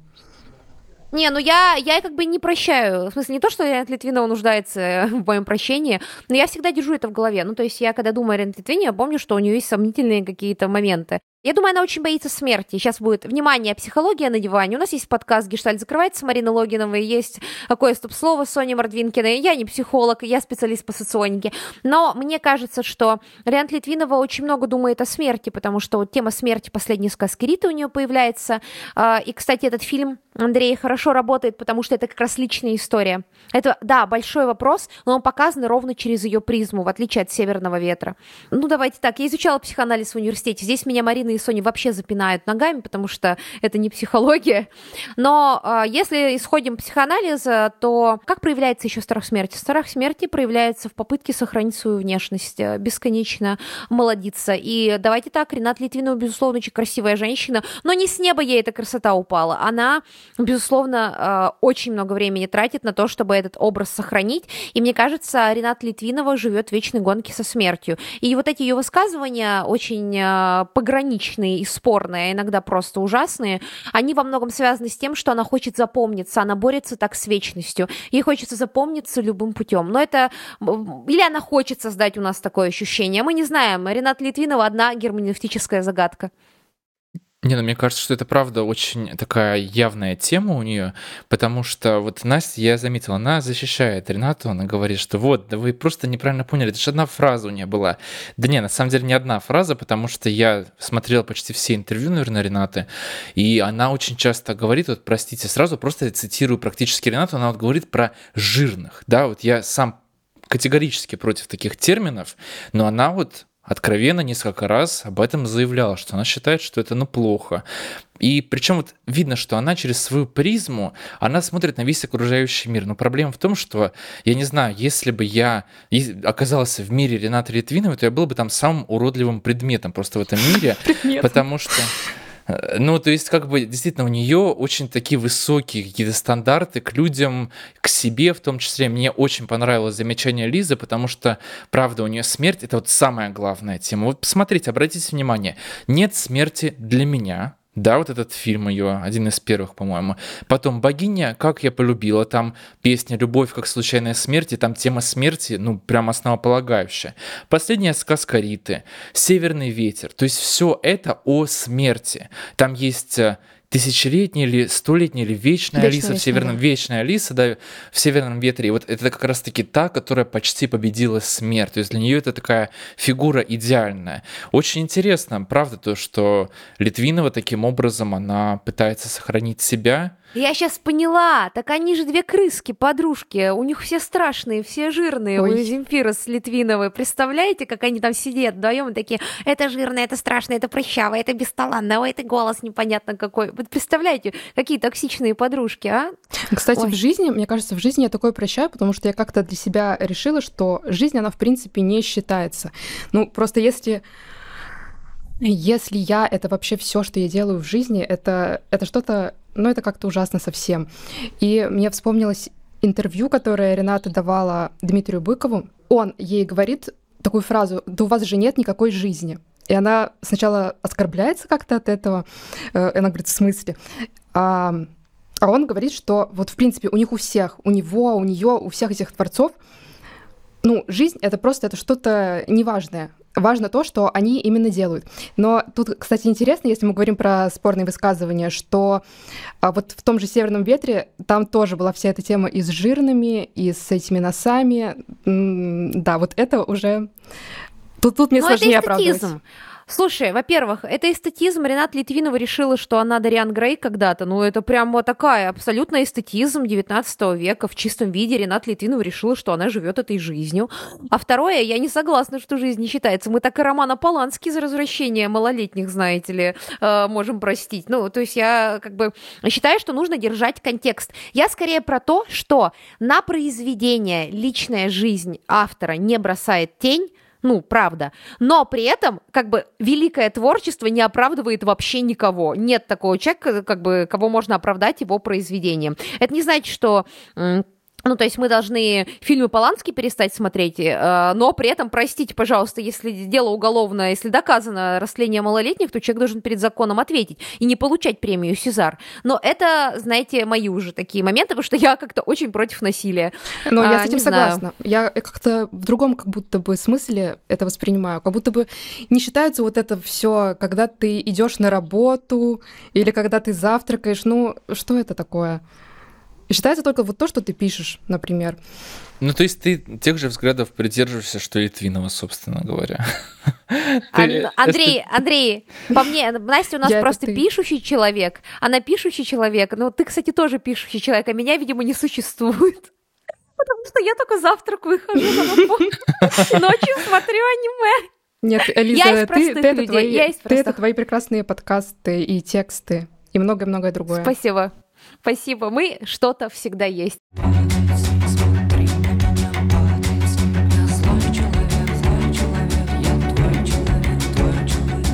Не, ну я, я как бы не прощаю. В смысле, не то, что Ренат Литвинова нуждается в моем прощении, но я всегда держу это в голове. Ну, то есть я, когда думаю о Ренат Литвине, я помню, что у нее есть сомнительные какие-то моменты. Я думаю, она очень боится смерти. Сейчас будет внимание, психология на диване. У нас есть подкаст «Гештальт закрывается» Марины Логиновой, есть такое стоп-слово Сони Мордвинкиной. Я не психолог, я специалист по соционике. Но мне кажется, что Ренат Литвинова очень много думает о смерти, потому что вот тема смерти «Последней сказки Риты» у нее появляется. И, кстати, этот фильм Андрей хорошо работает, потому что это как раз личная история. Это, да, большой вопрос, но он показан ровно через ее призму, в отличие от «Северного ветра». Ну, давайте так, я изучала психоанализ в университете. Здесь меня Марина и Соня вообще запинают ногами, потому что это не психология. Но э, если исходим психоанализа, то как проявляется еще страх смерти? Страх смерти проявляется в попытке сохранить свою внешность, бесконечно молодиться. И давайте так, Ренат Литвинова, безусловно, очень красивая женщина, но не с неба ей эта красота упала. Она, безусловно, э, очень много времени тратит на то, чтобы этот образ сохранить. И мне кажется, Ренат Литвинова живет в вечной гонке со смертью. И вот эти ее высказывания очень э, пограничные и спорные, а иногда просто ужасные, они во многом связаны с тем, что она хочет запомниться, она борется так с вечностью, ей хочется запомниться любым путем. Но это... Или она хочет создать у нас такое ощущение, мы не знаем. Ренат Литвинова одна герменевтическая загадка. Не, ну мне кажется, что это правда очень такая явная тема у нее, потому что вот Настя, я заметила, она защищает Ренату, она говорит, что вот, да вы просто неправильно поняли, это же одна фраза у нее была. Да не, на самом деле не одна фраза, потому что я смотрел почти все интервью, наверное, Ренаты, и она очень часто говорит, вот простите, сразу просто цитирую практически Ренату, она вот говорит про жирных, да, вот я сам категорически против таких терминов, но она вот откровенно несколько раз об этом заявляла, что она считает, что это ну плохо. И причем вот видно, что она через свою призму, она смотрит на весь окружающий мир. Но проблема в том, что, я не знаю, если бы я оказался в мире Ренаты Литвиновой, то я был бы там самым уродливым предметом просто в этом мире, потому что... Ну, то есть, как бы, действительно, у нее очень такие высокие какие-то стандарты к людям, к себе в том числе. Мне очень понравилось замечание Лизы, потому что, правда, у нее смерть — это вот самая главная тема. Вот посмотрите, обратите внимание, нет смерти для меня. Да, вот этот фильм ее, один из первых, по-моему. Потом «Богиня, как я полюбила», там песня «Любовь как случайная смерть», и там тема смерти, ну, прям основополагающая. Последняя сказка Риты, «Северный ветер». То есть все это о смерти. Там есть тысячелетняя или столетняя или вечная, вечная Алиса в Северном... Да. Вечная Алиса, да, в «Северном ветре». И вот это как раз-таки та, которая почти победила смерть. То есть для нее это такая фигура идеальная. Очень интересно, правда, то, что Литвинова таким образом, она пытается сохранить себя. Я сейчас поняла, так они же две крыски, подружки, у них все страшные, все жирные, Ой. У Земфира с Литвиновой. Представляете, как они там сидят вдвоем и такие, это жирное, это страшное, это прыщавое, это бесталанное, ой, это голос непонятно какой. Вот представляете, какие токсичные подружки, а? Кстати, Ой. в жизни, мне кажется, в жизни я такое прощаю, потому что я как-то для себя решила, что жизнь, она в принципе не считается. Ну, просто если... Если я — это вообще все, что я делаю в жизни, это, это что-то, ну, это как-то ужасно совсем. И мне вспомнилось интервью, которое Рената давала Дмитрию Быкову. Он ей говорит такую фразу: «Да у вас же нет никакой жизни». И она сначала оскорбляется как-то от этого. Она говорит: в смысле? А, а он говорит, что вот, в принципе, у них у всех, у него, у нее, у всех этих творцов, ну, жизнь — это просто это что-то неважное. Важно то, что они именно делают. Но тут, кстати, интересно, если мы говорим про спорные высказывания, что а, вот в том же «Северном ветре» там тоже была вся эта тема и с жирными, и с этими носами. М-м, да, вот это уже... Тут, тут мне Но сложнее это эстетизм. оправдывать. Слушай, во-первых, это эстетизм. Рената Литвинова решила, что она Дориан Грей когда-то. Ну, это прям вот такая абсолютно эстетизм девятнадцатого века в чистом виде. Рената Литвинова решила, что она живет этой жизнью. А второе, я не согласна, что жизнь не считается. Мы так и Романа Полански за развращение малолетних, знаете ли, э, можем простить. Ну, то есть я как бы считаю, что нужно держать контекст. Я скорее про то, что на произведение личная жизнь автора не бросает тень. Ну, правда. Но при этом, как бы, великое творчество не оправдывает вообще никого. Нет такого человека, как бы, кого можно оправдать его произведением. Это не значит, что... Ну, то есть мы должны фильмы Полански перестать смотреть, но при этом, простите, пожалуйста, если дело уголовное, если доказано растление малолетних, то человек должен перед законом ответить и не получать премию «Сезар». Но это, знаете, мои уже такие моменты, потому что я как-то очень против насилия. Но а, я с этим согласна. Знаю. Я как-то в другом как будто бы смысле это воспринимаю. Как будто бы не считается вот это все, когда ты идешь на работу или когда ты завтракаешь. Ну, что это такое? Считается только вот то, что ты пишешь, например. Ну, то есть ты тех же взглядов придерживаешься, что и Литвинова, собственно говоря. Ан- Андрей, Андрей, по мне, Настя у нас Я это просто ты. пишущий человек. Она пишущий человек. Ну, ты, кстати, тоже пишущий человек, а меня, видимо, не существует. Потому что я только завтракаю и хожу на работу. Ночью смотрю аниме. Нет, Элиза, Я из ты, простых ты это людей, твои, я из ты это простых. твои прекрасные подкасты и тексты и многое-многое другое. Спасибо. Спасибо. Мы что-то всегда есть. Смотри на меня, подойди. Я злой человек, злой человек. Я твой человек, твой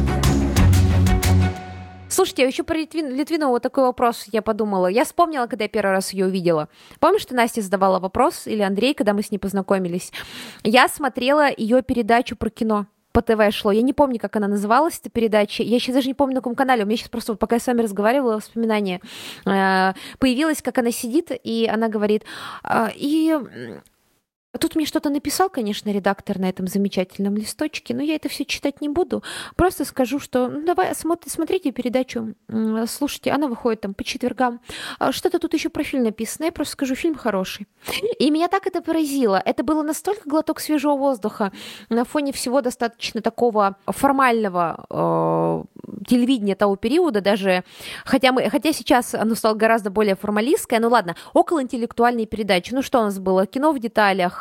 человек. Слушайте, еще про Литвин, Литвинову вот такой вопрос я подумала. Я вспомнила, когда я первый раз ее увидела. Помнишь, ты Настя задавала вопрос, или Андрей, когда мы с ней познакомились? Я смотрела ее передачу про кино. По ТВ шло. Я не помню, как она называлась, эта передача. Я сейчас даже не помню, на каком канале. У меня сейчас просто, вот, пока я с вами разговаривала, воспоминания э, появилось, как она сидит, и она говорит... э, и... Тут мне что-то написал, конечно, редактор на этом замечательном листочке, но я это все читать не буду. Просто скажу, что ну, давай смотри, смотрите передачу, м, слушайте, она выходит там по четвергам. А Что-то тут еще про фильм написано. Я просто скажу, фильм хороший. И меня так это поразило. Это было настолько глоток свежего воздуха на фоне всего достаточно такого формального э, телевидения того периода, даже хотя, мы, хотя сейчас оно стало гораздо более формалистское, ну ладно, околоинтеллектуальные передачи. Ну что у нас было? Кино в деталях.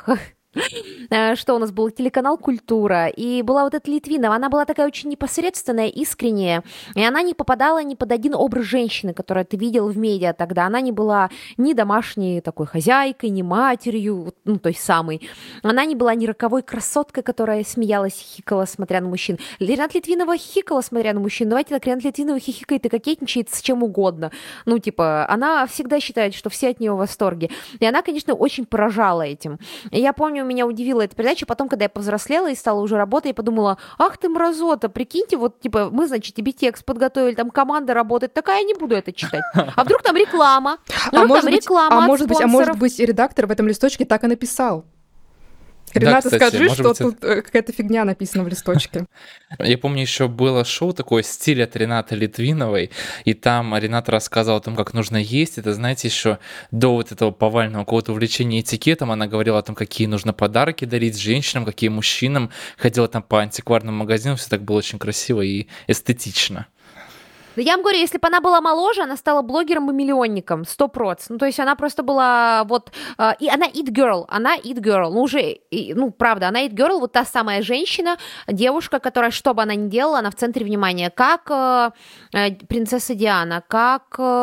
Что у нас был телеканал «Культура», и была вот эта Литвинова, она была такая очень непосредственная, искренняя, и она не попадала ни под один образ женщины, которую ты видел в медиа тогда, она не была ни домашней такой хозяйкой, ни матерью, ну, той самой, она не была ни роковой красоткой, которая смеялась, хихикала, смотря на мужчин. Рената Литвинова хихикала, смотря на мужчин, давайте так, Рената Литвинова хихикает и кокетничает с чем угодно, ну, типа, она всегда считает, что все от нее в восторге, и она, конечно, очень поражала этим. И я помню, меня удивила эта передача, потом, когда я повзрослела и стала уже работать, я подумала, ах ты мразота, прикиньте, вот, типа, мы, значит, тебе текст подготовили, там команда работает, такая, я не буду это читать. А вдруг там реклама? А Вдруг может там быть, реклама а от может быть, а спонсоров? может быть, и редактор в этом листочке так и написал. Да, Рената, кстати, скажи, может что быть, тут э, какая-то фигня написана в листочке. Я помню, еще было шоу такое «Стиль» от Ренаты Литвиновой, и там Рената рассказывала о том, как нужно есть. Это, знаете, еще до вот этого повального какого-то увлечения этикетом она говорила о том, какие нужно подарки дарить женщинам, какие мужчинам. Ходила там по антикварным магазинам, все так было очень красиво и эстетично. Да я вам говорю, если бы она была моложе, она стала блогером и миллионником, сто процентов. Ну, то есть она просто была вот... э, и она it girl, она it girl. Ну, уже, и, ну, правда, она it girl, вот та самая женщина, девушка, которая, что бы она ни делала, она в центре внимания. Как э, э, принцесса Диана, как,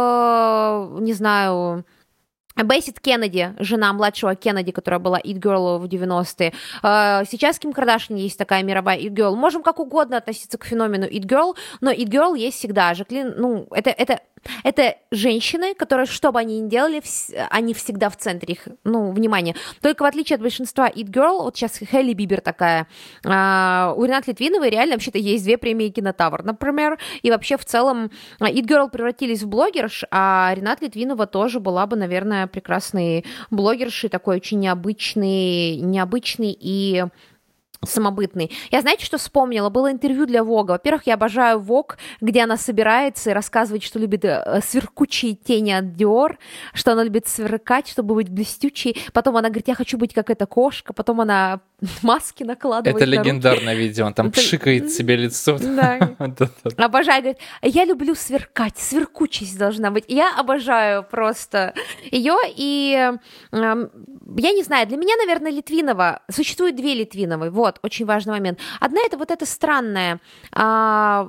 э, не знаю... Бейсит Кеннеди, жена младшего Кеннеди, которая была It Girl в девяностые. Сейчас Ким Кардашьян есть такая мировая It Girl. Можем как угодно относиться к феномену It Girl, но It Girl есть всегда. Жаклин, ну, это, это, это женщины, которые, что бы они ни делали, они всегда в центре их, ну, внимания. Только в отличие от большинства It Girl, вот сейчас Хейли Бибер такая, у Ренаты Литвиновой реально вообще-то есть две премии Кинотавр, например, и вообще в целом It Girl превратились в блогерш, а Рената Литвинова тоже была бы, наверное, прекрасный блогерши, такой очень необычный, необычный и самобытный. Я, знаете, что вспомнила? Было интервью для Vogue. Во-первых, я обожаю Vogue, где она собирается и рассказывает, что любит сверкучие тени от Dior, что она любит сверкать, чтобы быть блестючей. Потом она говорит, я хочу быть как эта кошка. Потом она маски накладывает Это на руки. легендарное видео, он там Это- пшикает себе лицо. Да. Да-да. Обожаю, говорит, я люблю сверкать, сверкучесть должна быть. Я обожаю просто ее, и эм, я не знаю, для меня, наверное, Литвинова, существует две Литвиновой, вот, очень важный момент. Одна это вот эта странная, а,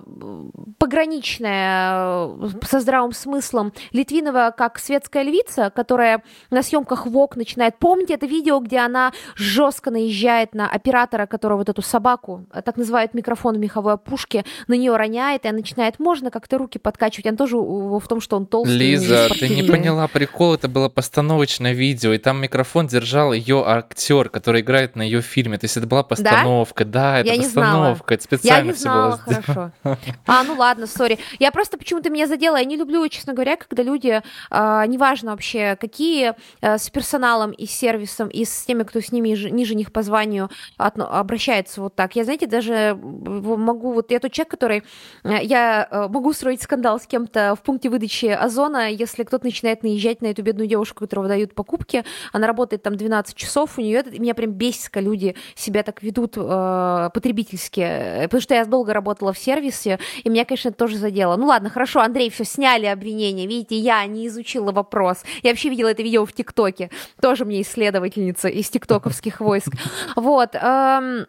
пограничная, э, со здравым смыслом Литвинова как светская львица, которая на съемках Vogue начинает. Помните это видео, где она жестко наезжает на оператора, который вот эту собаку, э, так называют микрофон в меховой опушке, на нее роняет, и она начинает, можно как-то руки подкачивать. Она тоже у- в том, что он толстый. Лиза, ты не неспортивный. поняла прикол, это было постановочное видео, и там микрофон держал ее актер, который играет на ее фильме. То есть это была постановка, да, это Я не знала. постановка, это Я специально не все знала, было сделано. хорошо. А, ну ладно, сори. Я просто почему-то меня задела. Я не люблю, честно говоря, когда люди, а, неважно вообще, какие, а, с персоналом и с сервисом, и с теми, кто с ними ниже, ниже них по званию отно- обращается вот так. Я, знаете, даже в- могу, вот я тот человек, который, а, я а, могу устроить скандал с кем-то в пункте выдачи Озона, если кто-то начинает наезжать на эту бедную девушку, которая выдают покупки, она работает там двенадцать часов, у нее это, меня прям бесит, когда люди себя так ведут э, потребительски, э, потому что я долго работала в сервисе, и меня, конечно, это тоже задело. Ну ладно, хорошо, Андрей, все, сняли обвинения, видите, я не изучила вопрос. Я вообще видела это видео в ТикТоке, тоже мне исследовательница из тиктоковских войск. Вот, эм,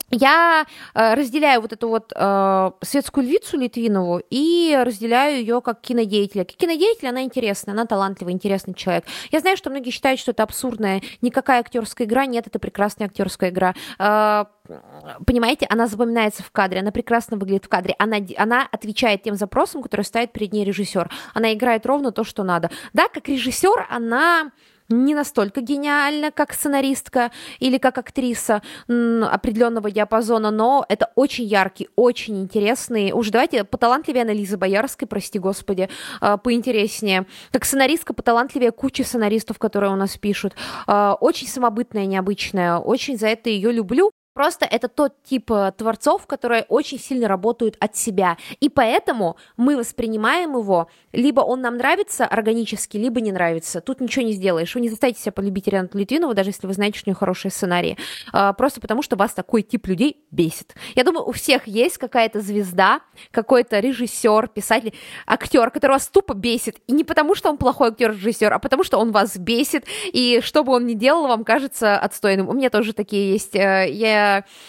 я э, разделяю вот эту вот э, светскую львицу Литвинову и разделяю ее как кинодеятеля. Как кинодеятель она интересная, она талантливый, интересный человек. Я знаю, что многие считают, что это абсурдная, никакая актерская игра. Нет, это прекрасная актерская игра. Э, понимаете, она запоминается в кадре, она прекрасно выглядит в кадре, она, она отвечает тем запросам, которые ставит перед ней режиссер. Она играет ровно то, что надо. Да, как режиссер она не настолько гениальна, как сценаристка или как актриса м, определенного диапазона, но это очень яркий, очень интересный. Уж давайте поталантливее Лизы Боярской, прости господи, э, поинтереснее. Как сценаристка поталантливее кучи сценаристов, которые у нас пишут. Э, Очень самобытная, необычная, очень за это ее люблю. Просто это тот тип э, творцов, которые очень сильно работают от себя. И поэтому мы воспринимаем его, либо он нам нравится органически, либо не нравится. Тут ничего не сделаешь. Вы не заставите себя полюбить Ренату Литвинову, даже если вы знаете, что у нее хорошие сценарии. А, просто потому, что вас такой тип людей бесит. Я думаю, у всех есть какая-то звезда, какой-то режиссер, писатель, актер, который вас тупо бесит. И не потому, что он плохой актер-режиссер, а потому, что он вас бесит. И что бы он ни делал, вам кажется отстойным. У меня тоже такие есть. Э, Я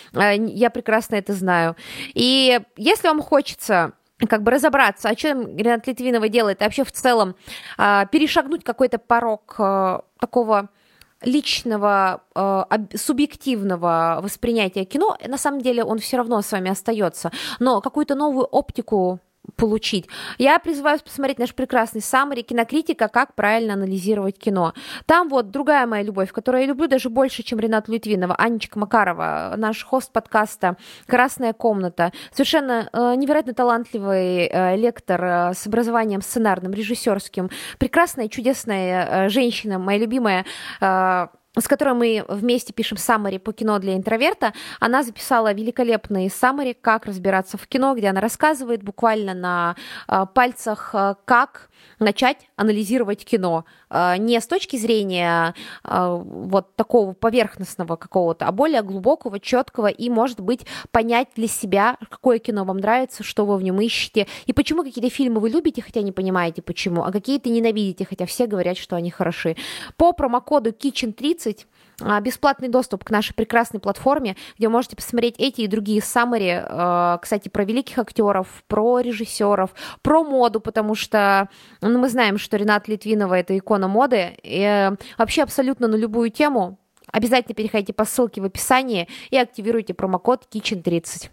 Я прекрасно это знаю. И если вам хочется как бы разобраться, о чем Рената Литвинова делает, и вообще в целом а, перешагнуть какой-то порог а, такого личного, а, об- субъективного воспринятия кино, на самом деле он все равно с вами остается, но какую-то новую оптику получить. Я призываю вас посмотреть наш прекрасный саммари «Кинокритика. Как правильно анализировать кино». Там вот другая моя любовь, которую я люблю даже больше, чем Ренату Литвинова, Анечка Макарова, наш хост подкаста «Красная комната». Совершенно э, невероятно талантливый э, лектор э, с образованием сценарным, режиссерским. Прекрасная, чудесная э, женщина, моя любимая, э, с которой мы вместе пишем саммари по кино для интроверта. Она записала великолепный саммари «Как разбираться в кино», где она рассказывает буквально на э, пальцах, э, как начать анализировать кино. Э, не с точки зрения э, вот такого поверхностного какого-то, а более глубокого, четкого, и, может быть, понять для себя, какое кино вам нравится, что вы в нем ищете, и почему какие-то фильмы вы любите, хотя не понимаете почему, а какие-то ненавидите, хотя все говорят, что они хороши. По промокоду китчен тридцать а, бесплатный доступ к нашей прекрасной платформе, где вы можете посмотреть эти и другие саммари, э, кстати, про великих актеров, про режиссеров, про моду, потому что ну, мы знаем, что Рената Литвинова — это икона моды, и э, вообще абсолютно на любую тему. Обязательно переходите по ссылке в описании и активируйте промокод китчен тридцать.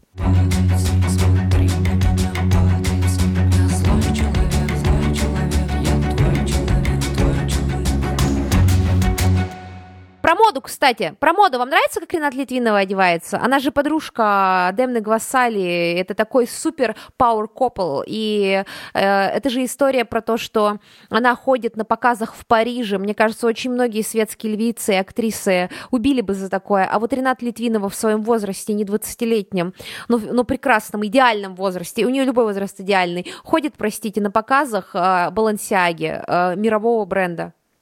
Смотри на меня, падает. Я злой человек, злой человек. Я твой человек, твой человек. Про моду, кстати, про моду. Вам нравится, как Рената Литвинова одевается? Она же подружка Демны Гвассали, это такой супер power couple, и э, это же история про то, что она ходит на показах в Париже. Мне кажется, очень многие светские львицы и актрисы убили бы за такое, а вот Рената Литвинова в своем возрасте, не двадцатилетнем, но, но прекрасном, идеальном возрасте, у нее любой возраст идеальный, ходит, простите, на показах э, Балансиаги, э, мирового бренда.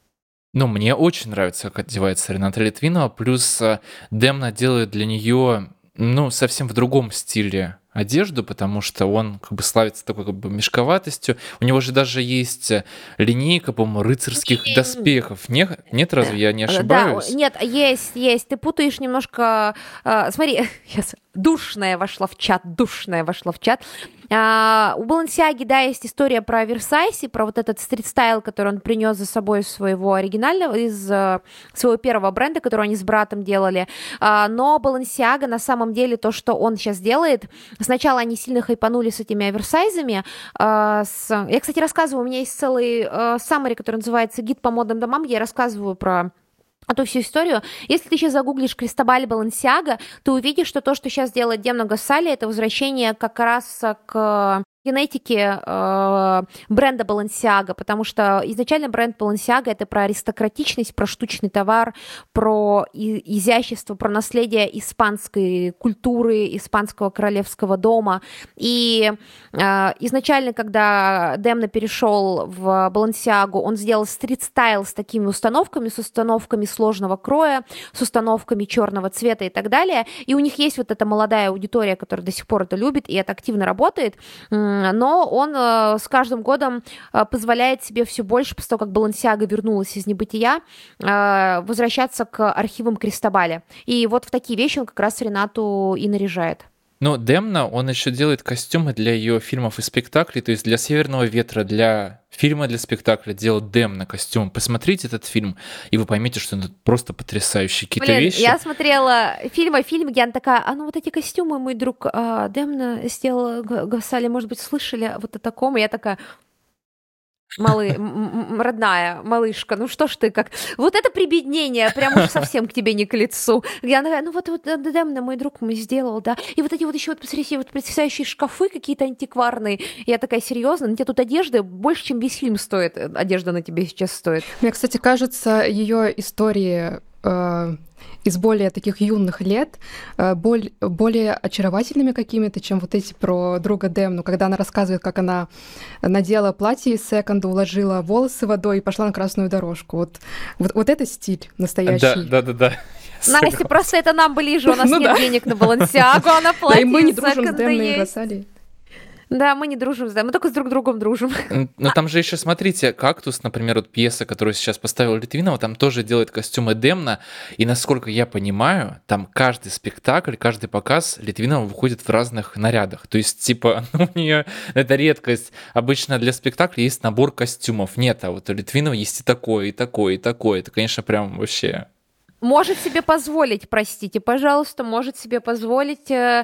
Ну, мне очень нравится, как одевается Рената Литвинова, плюс э, Демна делает для нее, ну, совсем в другом стиле одежду, потому что он как бы славится такой как бы мешковатостью. У него же даже есть э, линейка, по-моему, рыцарских доспехов. Не- нет, разве я не Э, Да, о- ошибаюсь? нет, есть, есть. Ты путаешь немножко. э, смотри, сейчас душная вошла в чат, душная вошла в чат. А, у Балансиаги, да, есть история про оверсайз и про вот этот стрит-стайл, который он принес за собой из своего оригинального, из э, своего первого бренда, который они с братом делали. А, но Балансиага на самом деле то, что он сейчас делает, сначала они сильно хайпанули с этими оверсайзами. а, с- Я, кстати, рассказываю, у меня есть целый э, summary, который называется «Гид по модным домам», где я рассказываю про эту всю историю. Если ты сейчас загуглишь Кристобаль Балансиага, ты увидишь, что то, что сейчас делает Демна Гвассали, это возвращение как раз к генетике э, бренда Балансиага, потому что изначально бренд Балансиага это про аристократичность, про штучный товар, про и- изящество, про наследие испанской культуры, испанского королевского дома. И э, изначально, когда Демна перешел в Балансиагу, он сделал стрит-стайл с такими установками, с установками сложного кроя, с установками черного цвета и так далее. И у них есть вот эта молодая аудитория, которая до сих пор это любит, и это активно работает. М, Но он э, с каждым годом э, позволяет себе все больше, после того, как Балансиага вернулась из небытия, э, возвращаться к архивам Кристобаля. И вот в такие вещи он как раз Ренату и наряжает. Но Демна, он еще делает костюмы для ее фильмов и спектаклей, то есть для «Северного ветра», для фильма, для спектакля делал Демна костюм. Посмотрите этот фильм, и вы поймете, что это просто потрясающие какие-то Блин, вещи. я смотрела фильм, а фильм, я такая, а ну вот эти костюмы, мой друг а, Демна сделал, Г- Гвассали, может быть, слышали вот о таком? И я такая, малы, м- м- родная малышка, ну что ж ты как... Вот это прибеднение прям уж совсем к тебе не к лицу. Я такая, ну вот, вот э, Демна, мой друг, мы сделал, да. И вот эти вот еще вот, посмотрите, вот потрясающие шкафы какие-то антикварные. Я такая, серьезно, на тебе тут одежды больше, чем весь фильм стоит. э, Одежда на тебе сейчас стоит. Мне, кстати, кажется, ее истории э, из более таких юных лет э, боль- более очаровательными какими-то, чем вот эти про друга Демну, когда она рассказывает, как она надела платье из секонда, уложила волосы водой и пошла на красную дорожку. Вот, вот, вот это стиль Да, настоящий. да, да, да. Настя, просто это нам ближе, у нас Ну нет да. денег на Балансиагу, а на Да, и платье мы не из дружим с секонда Демной и есть. Гвассали. Да, мы не дружим, да, мы только с друг другом дружим. М, Но там же еще, смотрите, «Кактус», например, вот пьеса, которую сейчас поставила Литвинова, там тоже делает костюмы Демна, и насколько я понимаю, там каждый спектакль, каждый показ Литвинова выходит в разных нарядах. То есть, типа, ну, у нее это редкость. Обычно для спектакля есть набор костюмов. Нет, а вот у Литвинова есть и такое, и такое, и такое. Это, конечно, прям вообще... Может себе позволить, простите, пожалуйста, может себе позволить. э,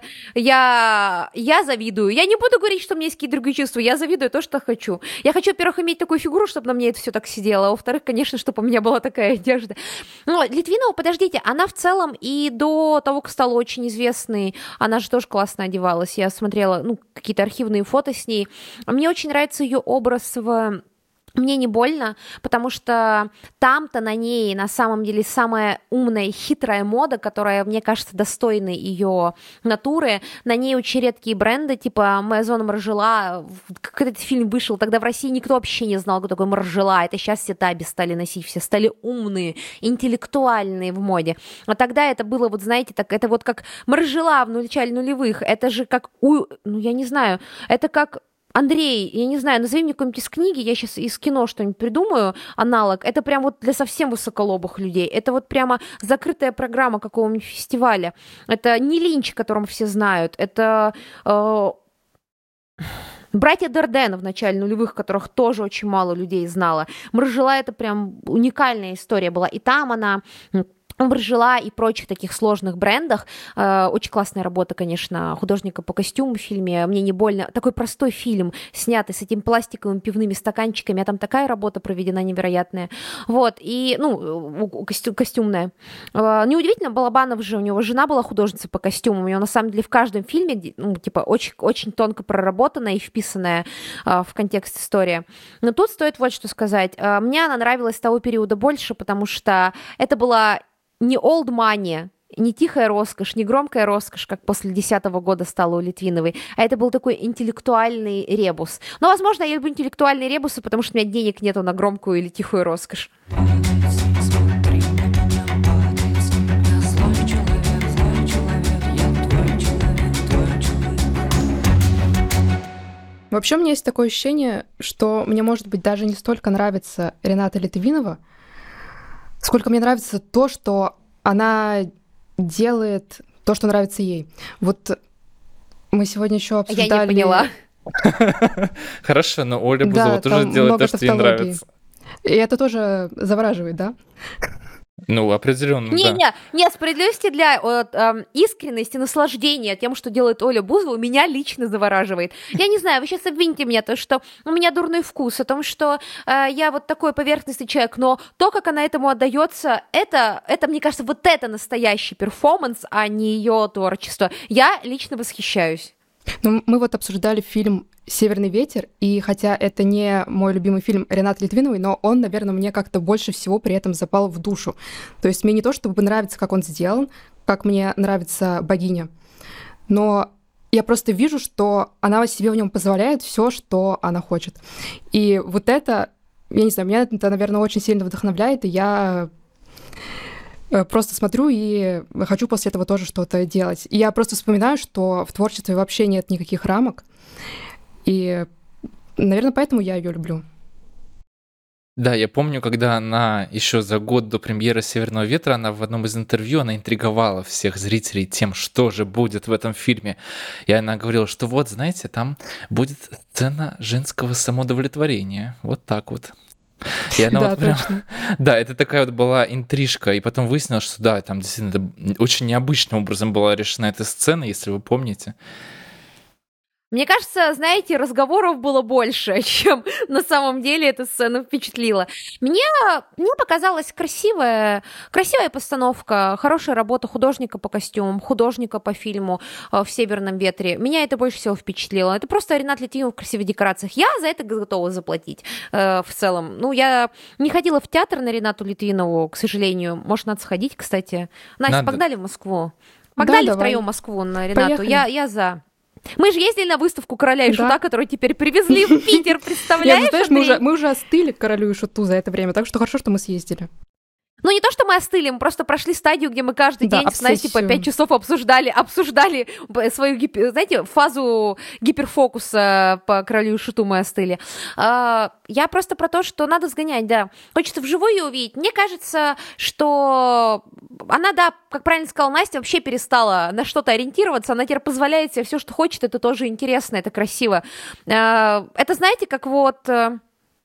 Я, я завидую. Я не буду говорить, что у меня есть какие-то другие чувства. Я завидую то, что хочу. Я хочу, во-первых, иметь такую фигуру, чтобы на мне это все так сидело. А во-вторых, конечно, чтобы у меня была такая одежда. Но Литвинова, подождите, она в целом и до того, как стала очень известной, она же тоже классно одевалась. Я смотрела, ну, какие-то архивные фото с ней. Мне очень нравится ее образ в «Мне не больно», потому что там-то на ней на самом деле самая умная, хитрая мода, которая, мне кажется, достойна ее натуры. На ней очень редкие бренды, типа Maison Margiela. Когда этот фильм вышел, тогда в России никто вообще не знал, кто такой Маржела. Это сейчас все таби стали носить, все стали умные, интеллектуальные в моде. А тогда это было, вот знаете, так, это вот как Маржела в начале нулевых. Это же как, у, ну я не знаю, это как... Андрей, я не знаю, назови мне какой-нибудь из книги, я сейчас из кино что-нибудь придумаю, аналог. Это прям вот для совсем высоколобых людей. Это вот прямо закрытая программа какого-нибудь фестиваля. Это не Линч, которого все знают. Это э, братья Дарден в начале нулевых, которых тоже очень мало людей знало. Маржела — это прям уникальная история была. И там она... Маржела и прочих таких сложных брендах. Э, очень классная работа, конечно, художника по костюму в фильме «Мне не больно». Такой простой фильм, снятый с этими пластиковыми пивными стаканчиками, а там такая работа проведена невероятная. Вот, и, ну, костю, костюмная. Э, неудивительно, Балабанов же, у него жена была художница по костюмам, у него на самом деле в каждом фильме, ну, типа, очень, очень тонко проработанная и вписанная э, в контекст история. Но тут стоит вот что сказать. Э, мне она нравилась с того периода больше, потому что это была не old money, не тихая роскошь, не громкая роскошь, как после десятого года стало у Литвиновой, а это был такой интеллектуальный ребус. Но, возможно, я люблю интеллектуальные ребусы, потому что у меня денег нету на громкую или тихую роскошь. Падает Вообще у меня есть такое ощущение, что мне, может быть, даже не столько нравится Рената Литвинова, сколько мне нравится то, что она делает, то, что нравится ей. Вот мы сегодня еще Я не обсуждали... поняла. Хорошо, но Оля Да, Бузова тоже там делает много то, что ей тавтологии. нравится. И это тоже завораживает, да? Ну, определенно, да. Не-не, не, справедливости для вот, эм, искренности, наслаждения тем, что делает Оля Бузова, меня лично завораживает. Я не знаю, вы сейчас обвините меня, то, что у меня дурной вкус, о том, что э, я вот такой поверхностный человек, но то, как она этому отдается, это, это, мне кажется, вот это настоящий перформанс, а не ее творчество. Я лично восхищаюсь. Ну, мы вот обсуждали фильм «Северный ветер», и хотя это не мой любимый фильм Ренаты Литвиновой, но он, наверное, мне как-то больше всего при этом запал в душу. То есть мне не то, чтобы нравится, как он сделан, как мне нравится богиня, но я просто вижу, что она себе в нем позволяет все, что она хочет. И вот это, я не знаю, меня это, наверное, очень сильно вдохновляет, и я просто смотрю и хочу после этого тоже что-то делать. И я просто вспоминаю, что в творчестве вообще нет никаких рамок. И, наверное, поэтому я ее люблю. Да, я помню, когда она еще за год до премьеры «Северного ветра», она в одном из интервью, она интриговала всех зрителей тем, что же будет в этом фильме. И она говорила, что вот, знаете, там будет сцена женского самоудовлетворения. Вот так вот. И она Да, вот прям... точно. Да, это такая вот была интрижка. И потом выяснилось, что да, там действительно это очень необычным образом была решена эта сцена, если вы помните. Мне кажется, знаете, разговоров было больше, чем на самом деле эта сцена впечатлила. Мне, мне показалась красивая, красивая постановка, хорошая работа художника по костюмам, художника по фильму э, в «Северном ветре». Меня это больше всего впечатлило. Это просто Ренат Литвинов в красивых декорациях. Я за это готова заплатить э, в целом. Ну, я не ходила в театр на Ренату Литвинову, к сожалению. Может, надо сходить, кстати. Настя, Надо. погнали в Москву. Погнали Да, давай. втроем в Москву на Ренату. Поехали. Я, я за. Мы же ездили на выставку «Короля и Да. Шута», которую теперь привезли в Питер, Нет, представляешь, ну, знаешь, мы Андрей? уже, мы уже остыли к королю и шуту за это время, так что хорошо, что мы съездили. Ну, не то, что мы остыли, мы просто прошли стадию, где мы каждый Да, день с Настей по обсессию. пять часов обсуждали, обсуждали б- свою, гипер- знаете, фазу гиперфокуса по «Королю и Шуту» мы остыли. А, я просто про то, что надо сгонять, да. Хочется вживую ее увидеть. Мне кажется, что она, да, как правильно сказала Настя, вообще перестала на что-то ориентироваться, она теперь позволяет себе все, что хочет, это тоже интересно, это красиво. А, это, знаете, как вот... э,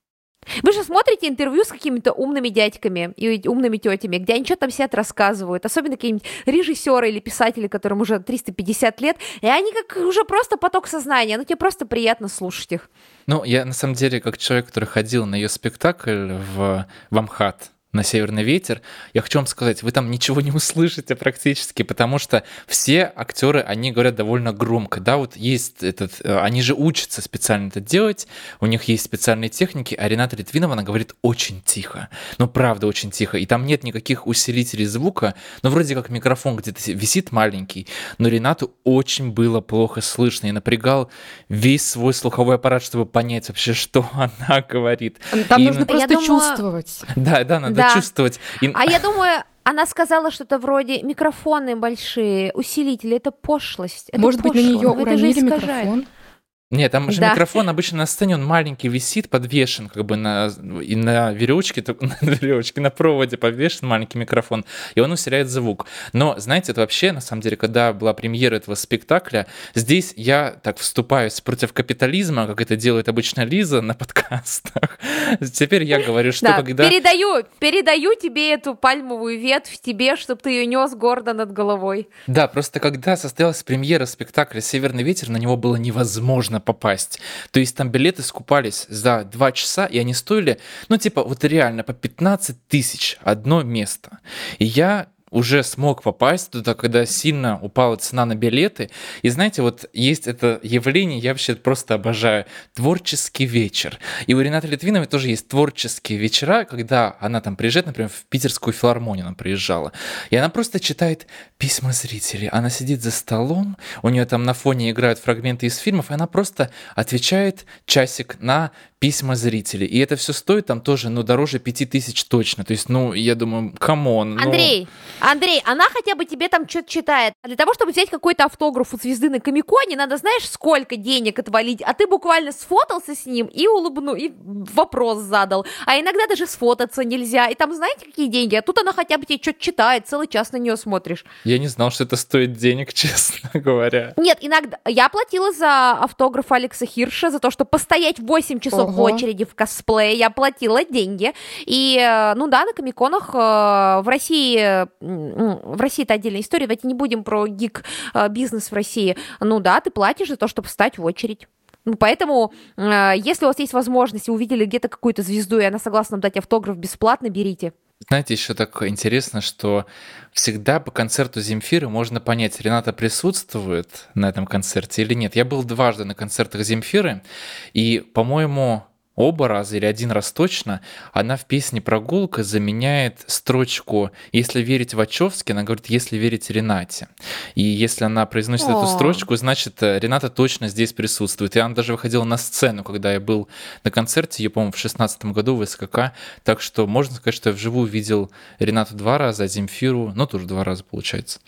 Вы же смотрите интервью с какими-то умными дядьками и умными тетями, где они что-то там себе рассказывают, особенно какие-нибудь режиссеры или писатели, которым уже триста пятьдесят лет, и они как уже просто поток сознания, ну тебе просто приятно слушать их. Ну, я на самом деле, как человек, который ходил на ее спектакль в, в Амхат, на «Северный ветер», я хочу вам сказать, вы там ничего не услышите практически, потому что все актеры, они говорят довольно громко, да, вот есть этот, э, они же учатся специально это делать, у них есть специальные техники, а Рената Литвинова, она говорит очень тихо, ну, правда, очень тихо, и там нет никаких усилителей звука, ну, вроде как микрофон где-то висит маленький, но Ренату очень было плохо слышно, и напрягал весь свой слуховой аппарат, чтобы понять вообще, что она говорит. Там И нужно на- просто Я думаю- чувствовать. Да, да, надо Да. чувствовать. И- А я думаю, она сказала что-то вроде микрофоны большие, усилители, это пошлость. Это Может быть, на пошло, нее ну, это же уронили искажает. микрофон? Нет, там же Да. микрофон обычно на сцене, он маленький висит, подвешен, как бы на, и на веревочке, так- на веревочке, на проводе подвешен маленький микрофон, и он усиляет звук. Но, знаете, это вообще, на самом деле, когда была премьера этого спектакля, здесь я так вступаюсь против капитализма, как это делает обычно Лиза на подкастах. Теперь я говорю, что Да, когда... передаю, передаю тебе эту пальмовую ветвь тебе, чтобы ты ее нес гордо над головой. Да, просто когда состоялась премьера спектакля «Северный ветер», на него было невозможно попасть. То есть там билеты скупались за два часа, и они стоили, ну, типа, вот реально по пятнадцать тысяч одно место. И я уже смог попасть туда, когда сильно упала цена на билеты. И знаете, вот есть это явление, я вообще просто обожаю, творческий вечер. И у Ренаты Литвиновой тоже есть творческие вечера, когда она там приезжает, например, в питерскую филармонию она приезжала, и она просто читает письма зрителей. Она сидит за столом, у нее там на фоне играют фрагменты из фильмов, и она просто отвечает часик на письма зрителей. И это все стоит там тоже, ну, дороже пяти тысяч точно. То есть, ну, я думаю, камон. Ну... Андрей, Андрей, она хотя бы тебе там что-то читает. А для того, чтобы взять какой-то автограф у звезды на Комиконе, надо, знаешь, сколько денег отвалить. А ты буквально сфотался с ним и улыбну, и вопрос задал. А иногда даже сфотаться нельзя. И там, знаете, какие деньги? А тут она хотя бы тебе что-то читает, целый час на нее смотришь. Я не знал, что это стоит денег, честно говоря. Нет, иногда... Я платила за автограф Алекса Хирша, за то, чтобы постоять восемь часов в Ого. очереди в косплее. Я платила деньги. И, э, ну да, на комиконах э, в России... м, м, В России это отдельная история, давайте не будем про гик-бизнес в России. Ну да, ты платишь за то, чтобы встать в очередь. Ну, поэтому, э, если у вас есть возможность, и увидели где-то какую-то звезду, и она согласна дать автограф бесплатно, берите. Знаете, еще так интересно, что всегда по концерту Земфиры можно понять, Рената присутствует на этом концерте или нет. Я был дважды на концертах Земфиры, и, по-моему, оба раза или один раз точно она в песне «Прогулка» заменяет строчку «Если верить Вачовски», она говорит «Если верить Ренате». И если она произносит О. эту строчку, значит, э, Рената точно здесь присутствует. И она даже выходила на сцену, когда я был на концерте, ее, по-моему, в шестнадцатом году в СКК. Так что можно сказать, что я вживую видел Ренату два раза, а Земфиру, ну, тоже два раза получается.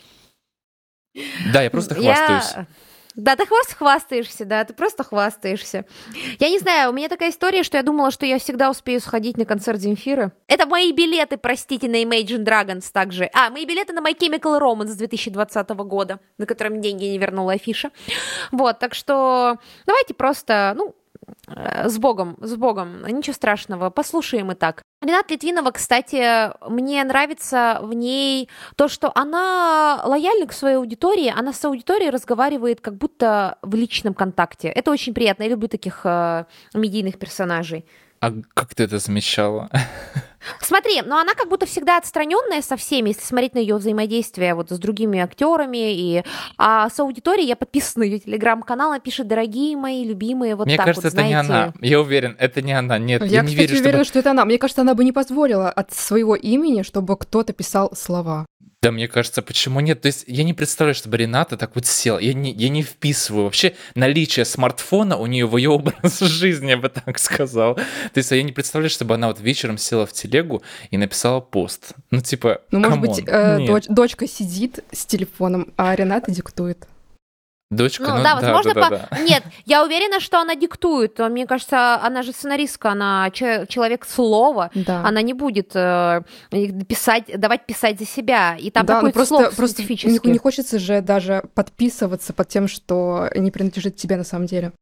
Да, я просто хвастаюсь. Я... Да, ты просто хвастаешься, да, ты просто хвастаешься. Я не знаю, у меня такая история, что я думала, что я всегда успею сходить на концерт Земфиры. Это мои билеты, простите, на Imagine Dragons также. А, мои билеты на My Chemical Romance две тысячи двадцатого года, на котором деньги не вернула афиша. Вот, так что давайте просто, ну, э, с Богом, с Богом, ничего страшного, послушаем и так. Рената Литвинова, кстати, мне нравится в ней то, что она лояльна к своей аудитории, она с аудиторией разговаривает как будто в личном контакте. Это очень приятно, я люблю таких э, медийных персонажей. А как ты это замечала? Смотри, но она как будто всегда отстраненная со всеми, если смотреть на ее взаимодействие вот с другими актерами, и а с аудиторией я подписана на ее телеграм-канал, она пишет: дорогие мои любимые, вот Мне так кажется, вот, это не знаете. она. Я уверен, это не она. Нет, я, Я, не кстати, верю, уверена, чтобы... что это она. Мне кажется, она бы не позволила от своего имени, чтобы кто-то писал слова. Да, мне кажется, почему нет? То есть я не представляю, чтобы Рената так вот села. Я не, я не вписываю вообще наличие смартфона у нее в ее образ жизни, я бы так сказал. То есть я не представляю, чтобы она вот вечером села в телегу и написала пост. Ну, типа, Ну, может камон. быть, э, Нет. доч- дочка сидит с телефоном, а Рената диктует. Дочка, Ну, ну, да, возможно, да, по... да, да. Нет, я уверена, что она диктует. Мне кажется, она же сценаристка, она че- человек слова. Да. Она не будет э, писать, давать писать за себя. И там да, ну какой-то просто, слог просто не, специфический. не хочется же даже подписываться под тем, что не принадлежит тебе на самом деле.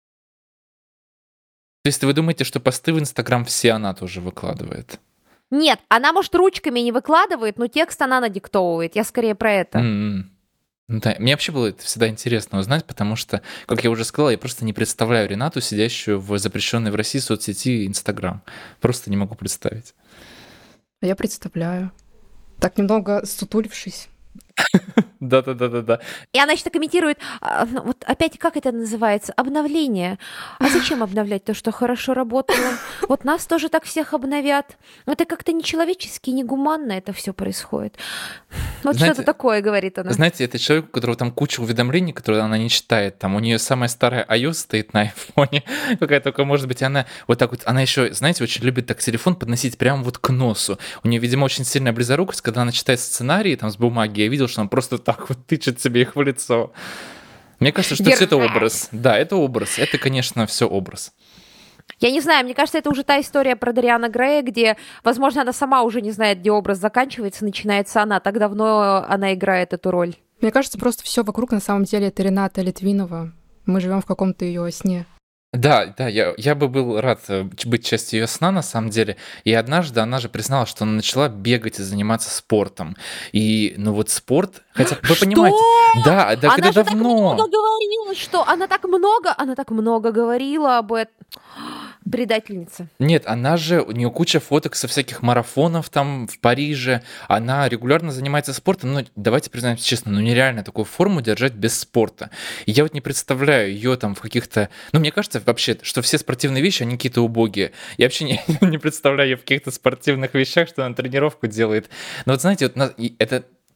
То есть вы думаете, что посты в Инстаграм все она тоже выкладывает? Нет, она, может, ручками не выкладывает, но текст она надиктовывает. Я скорее про это. М-м. Ну да, мне вообще было это всегда интересно узнать, потому что, как я уже сказал, я просто не представляю Ренату, сидящую в запрещенной в России соцсети Инстаграм. Просто не могу представить. А я представляю. Так немного сутулившись. Да-да-да-да-да. И она еще комментирует, а, ну, вот опять как это называется? Обновление. А зачем обновлять то, что хорошо работало? Вот нас тоже так всех обновят. Это как-то нечеловечески, негуманно это все происходит. Вот Знаете, что-то такое, говорит она. Знаете, это человек, у которого там куча уведомлений, которые она не читает. Там у нее самая старая iOS стоит на айфоне, какая только может быть. Она вот так вот, она еще, знаете, очень любит так телефон подносить прямо вот к носу. У нее, видимо, очень сильная близорукость, когда она читает сценарии там с бумаги. Я видел, что она просто так вот тычет себе их в лицо. Мне кажется, что все это Держать. образ. Да, это образ. Это, конечно, все образ. Я не знаю, мне кажется, это уже та история про Дариана Грея, где, возможно, она сама уже не знает, где образ заканчивается, начинается она. Так давно она играет эту роль. Мне кажется, просто все вокруг на самом деле это Рената Литвинова. Мы живем в каком-то ее сне. Да, да, я, я бы был рад э, ч- быть частью ее сна, на самом деле. И однажды она же призналась, что она начала бегать и заниматься спортом. И, ну вот спорт, хотя вы Что? понимаете, да, да, Она это же так давно. много говорила, что она так много, она так много говорила об этом. Предательница. Нет, она же, у нее куча фоток со всяких марафонов там в Париже. Она регулярно занимается спортом. Но давайте признаемся честно, ну нереально такую форму держать без спорта. И я вот не представляю ее там в каких-то... Ну, мне кажется вообще, что все спортивные вещи, они какие-то убогие. Я вообще не, не представляю ее в каких-то спортивных вещах, что она тренировку делает. Но вот знаете, вот на- и это...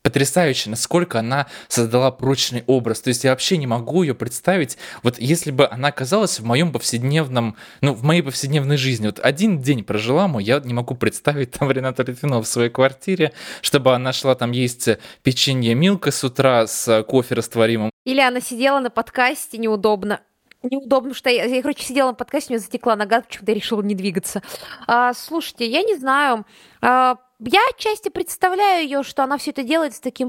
потрясающе, насколько она создала прочный образ. То есть я вообще не могу ее представить. Вот если бы она оказалась в моем повседневном, ну, в моей повседневной жизни. Вот один день прожила мой, я не могу представить там Ренату Литвинову в своей квартире, чтобы она шла там есть печенье Милка с утра с кофе растворимым. Или она сидела на подкасте, неудобно. Неудобно, что я, я, короче, сидела на подкасте, у меня затекла нога, почему-то я решила не двигаться. А, слушайте, я не знаю, а, я отчасти представляю ее, что она все это делает с таким...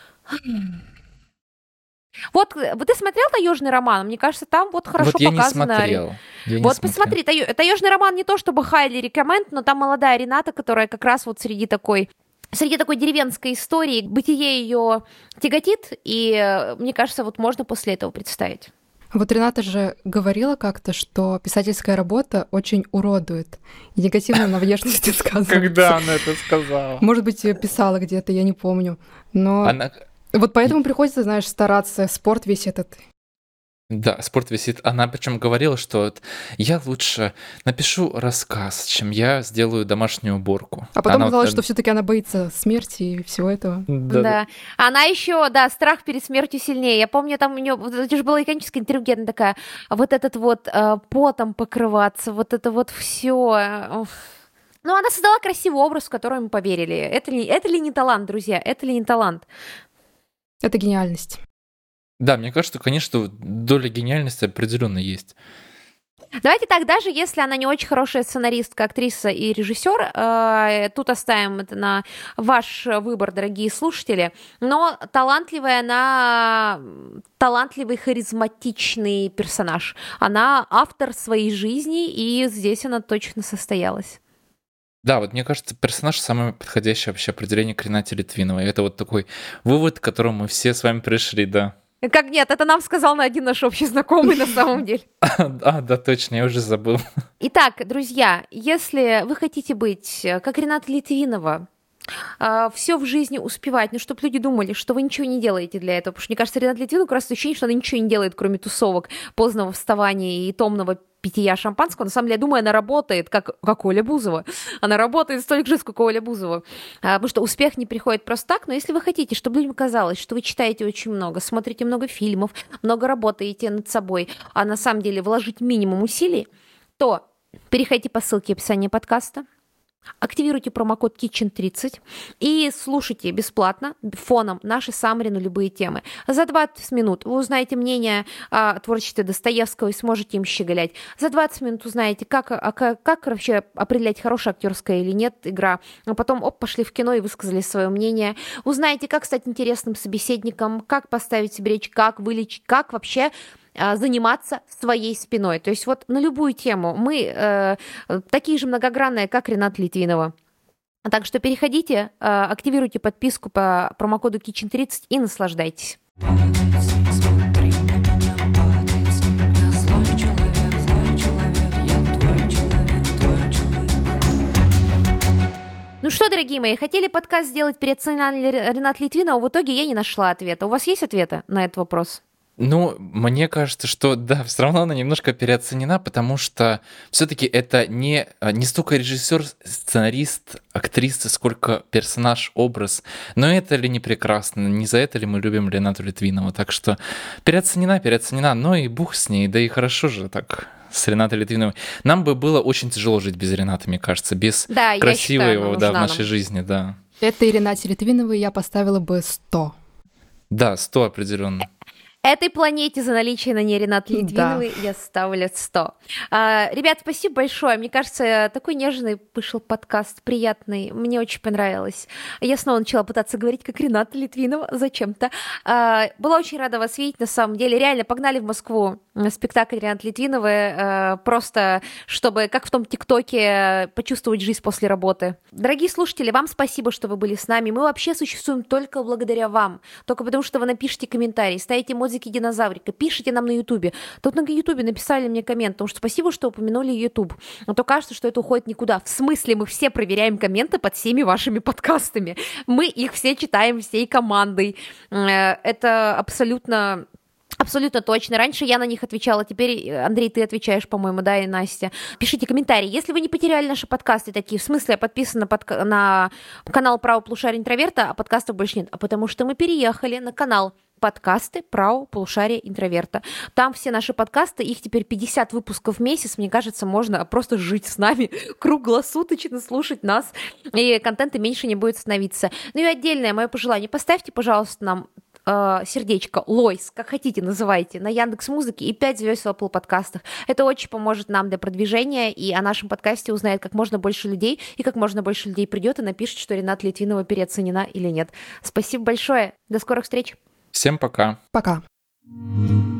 Вот, вот ты смотрел «Таежный роман»? Мне кажется, там вот хорошо вот я показано. Не смотрел. Я не вот смотрел. Посмотри, «Таежный роман» не то чтобы highly recommend, но там молодая Рената, которая как раз вот среди такой... Среди такой деревенской истории бытие ее тяготит, и мне кажется, вот можно после этого представить. Вот Рената же говорила как-то, что писательская работа очень уродует. И негативно на внешности сказывается. Когда она это сказала? Может быть, писала где-то, я не помню. Но она... вот поэтому приходится, знаешь, стараться. Спорт весь этот. Да, спорт висит. Она причем говорила, что вот я лучше напишу рассказ, чем я сделаю домашнюю уборку. А потом она казалось, вот... что все-таки она боится смерти и всего этого. Да. да. Она еще, да, страх перед смертью сильнее. Я помню, там у нее, это же было иконическое интервью, где она такая, вот этот вот э, потом покрываться, вот это вот все. Ну, она создала красивый образ, в который мы поверили. Это ли, это ли не талант, друзья? Это ли не талант? Это гениальность. Да, мне кажется, конечно, доля гениальности определенно есть. Давайте так, даже если она не очень хорошая сценаристка, актриса и режиссер, э, тут оставим это на ваш выбор, дорогие слушатели, но талантливая она, талантливый, харизматичный персонаж. Она автор своей жизни, и здесь она точно состоялась. Да, вот мне кажется, персонаж самое подходящее вообще определение к Ренате Литвиновой. Это вот такой вывод, к которому мы все с вами пришли, да. Как нет, это нам сказал на один наш общий знакомый на самом деле. А, да, точно, я уже забыл. Итак, друзья, если вы хотите быть как Рената Литвинова, все в жизни успевать, ну, чтобы люди думали, что вы ничего не делаете для этого, потому что, мне кажется, Рената Литвинова как раз ощущение, что она ничего не делает, кроме тусовок, позднего вставания и томного питья шампанского. На самом деле, я думаю, она работает, как, как Оля Бузова. Она работает столько же, сколько Оля Бузова. А, потому что успех не приходит просто так, но если вы хотите, чтобы людям казалось, что вы читаете очень много, смотрите много фильмов, много работаете над собой, а на самом деле вложить минимум усилий, то переходите по ссылке в описании подкаста, активируйте промокод китчен тридцать и слушайте бесплатно фоном наши саммари на любые темы. За двадцать минут вы узнаете мнение о творчестве Достоевского и сможете им щеголять. За двадцать минут узнаете, как, как, как вообще определять, хорошая актерская или нет игра. А потом, оп, пошли в кино и высказали свое мнение. Узнаете, как стать интересным собеседником, как поставить себе речь, как вылечить, как вообще заниматься своей спиной. То есть вот на любую тему мы э, такие же многогранные, как Рената Литвинова. Так что переходите, э, активируйте подписку по промокоду китчен тридцать и наслаждайтесь. Смотри на меня, падай с ним. Я злой человек, злой человек, я твой человек, твой человек. Ну что, дорогие мои, хотели подкаст сделать переоценили Ренату Литвинову, в итоге я не нашла ответа. У вас есть ответы на этот вопрос? Ну, мне кажется, что да, все равно она немножко переоценена, потому что все-таки это не, не столько режиссер, сценарист, актриса, сколько персонаж, образ. Но это ли не прекрасно? Не за это ли мы любим Ренату Литвинову? Так что переоценена, переоценена, но и бух с ней, да и хорошо же так с Ренатой Литвиновой. Нам бы было очень тяжело жить без Ренаты, мне кажется, без да, красивой его да, в нашей жизни, да. Этой Ренате Литвиновой я поставила бы сто. Да, сто определенно. Этой планете за наличие на ней Ренаты Литвиновой да. я ставлю сто. А, ребят, спасибо большое. Мне кажется, такой нежный вышел подкаст, приятный. Мне очень понравилось. Я снова начала пытаться говорить, как Рената Литвинова, зачем-то. А, была очень рада вас видеть, на самом деле. Реально, погнали в Москву на спектакль Ренаты Литвиновой, а, просто чтобы, как в том ТикТоке, почувствовать жизнь после работы. Дорогие слушатели, вам спасибо, что вы были с нами. Мы вообще существуем только благодаря вам. Только потому, что вы напишите комментарии, ставите эмодзи динозаврика, пишите нам на Ютубе. Тут на Ютубе написали мне коммент, потому что спасибо, что упомянули Ютуб. А то кажется, что это уходит никуда. В смысле, мы все проверяем комменты под всеми вашими подкастами. Мы их все читаем всей командой. Это абсолютно Абсолютно точно. Раньше я на них отвечала, теперь, Андрей, ты отвечаешь, по-моему, да, и Настя. Пишите комментарии. Если вы не потеряли наши подкасты такие, в смысле, я подписана под, на канал «Право полушария интроверта», а подкастов больше нет, а потому что мы переехали на канал подкасты «Право полушария интроверта». Там все наши подкасты, их теперь пятьдесят выпусков в месяц. Мне кажется, можно просто жить с нами круглосуточно, слушать нас, и контента меньше не будет становиться. Ну и отдельное мое пожелание. Поставьте, пожалуйста, нам сердечко, лойс, как хотите называйте, на Яндекс.Музыке и пять звезд в Apple подкастах. Это очень поможет нам для продвижения, и о нашем подкасте узнает как можно больше людей, и как можно больше людей придет и напишет, что Рената Литвинова переоценена или нет. Спасибо большое. До скорых встреч. Всем пока. Пока.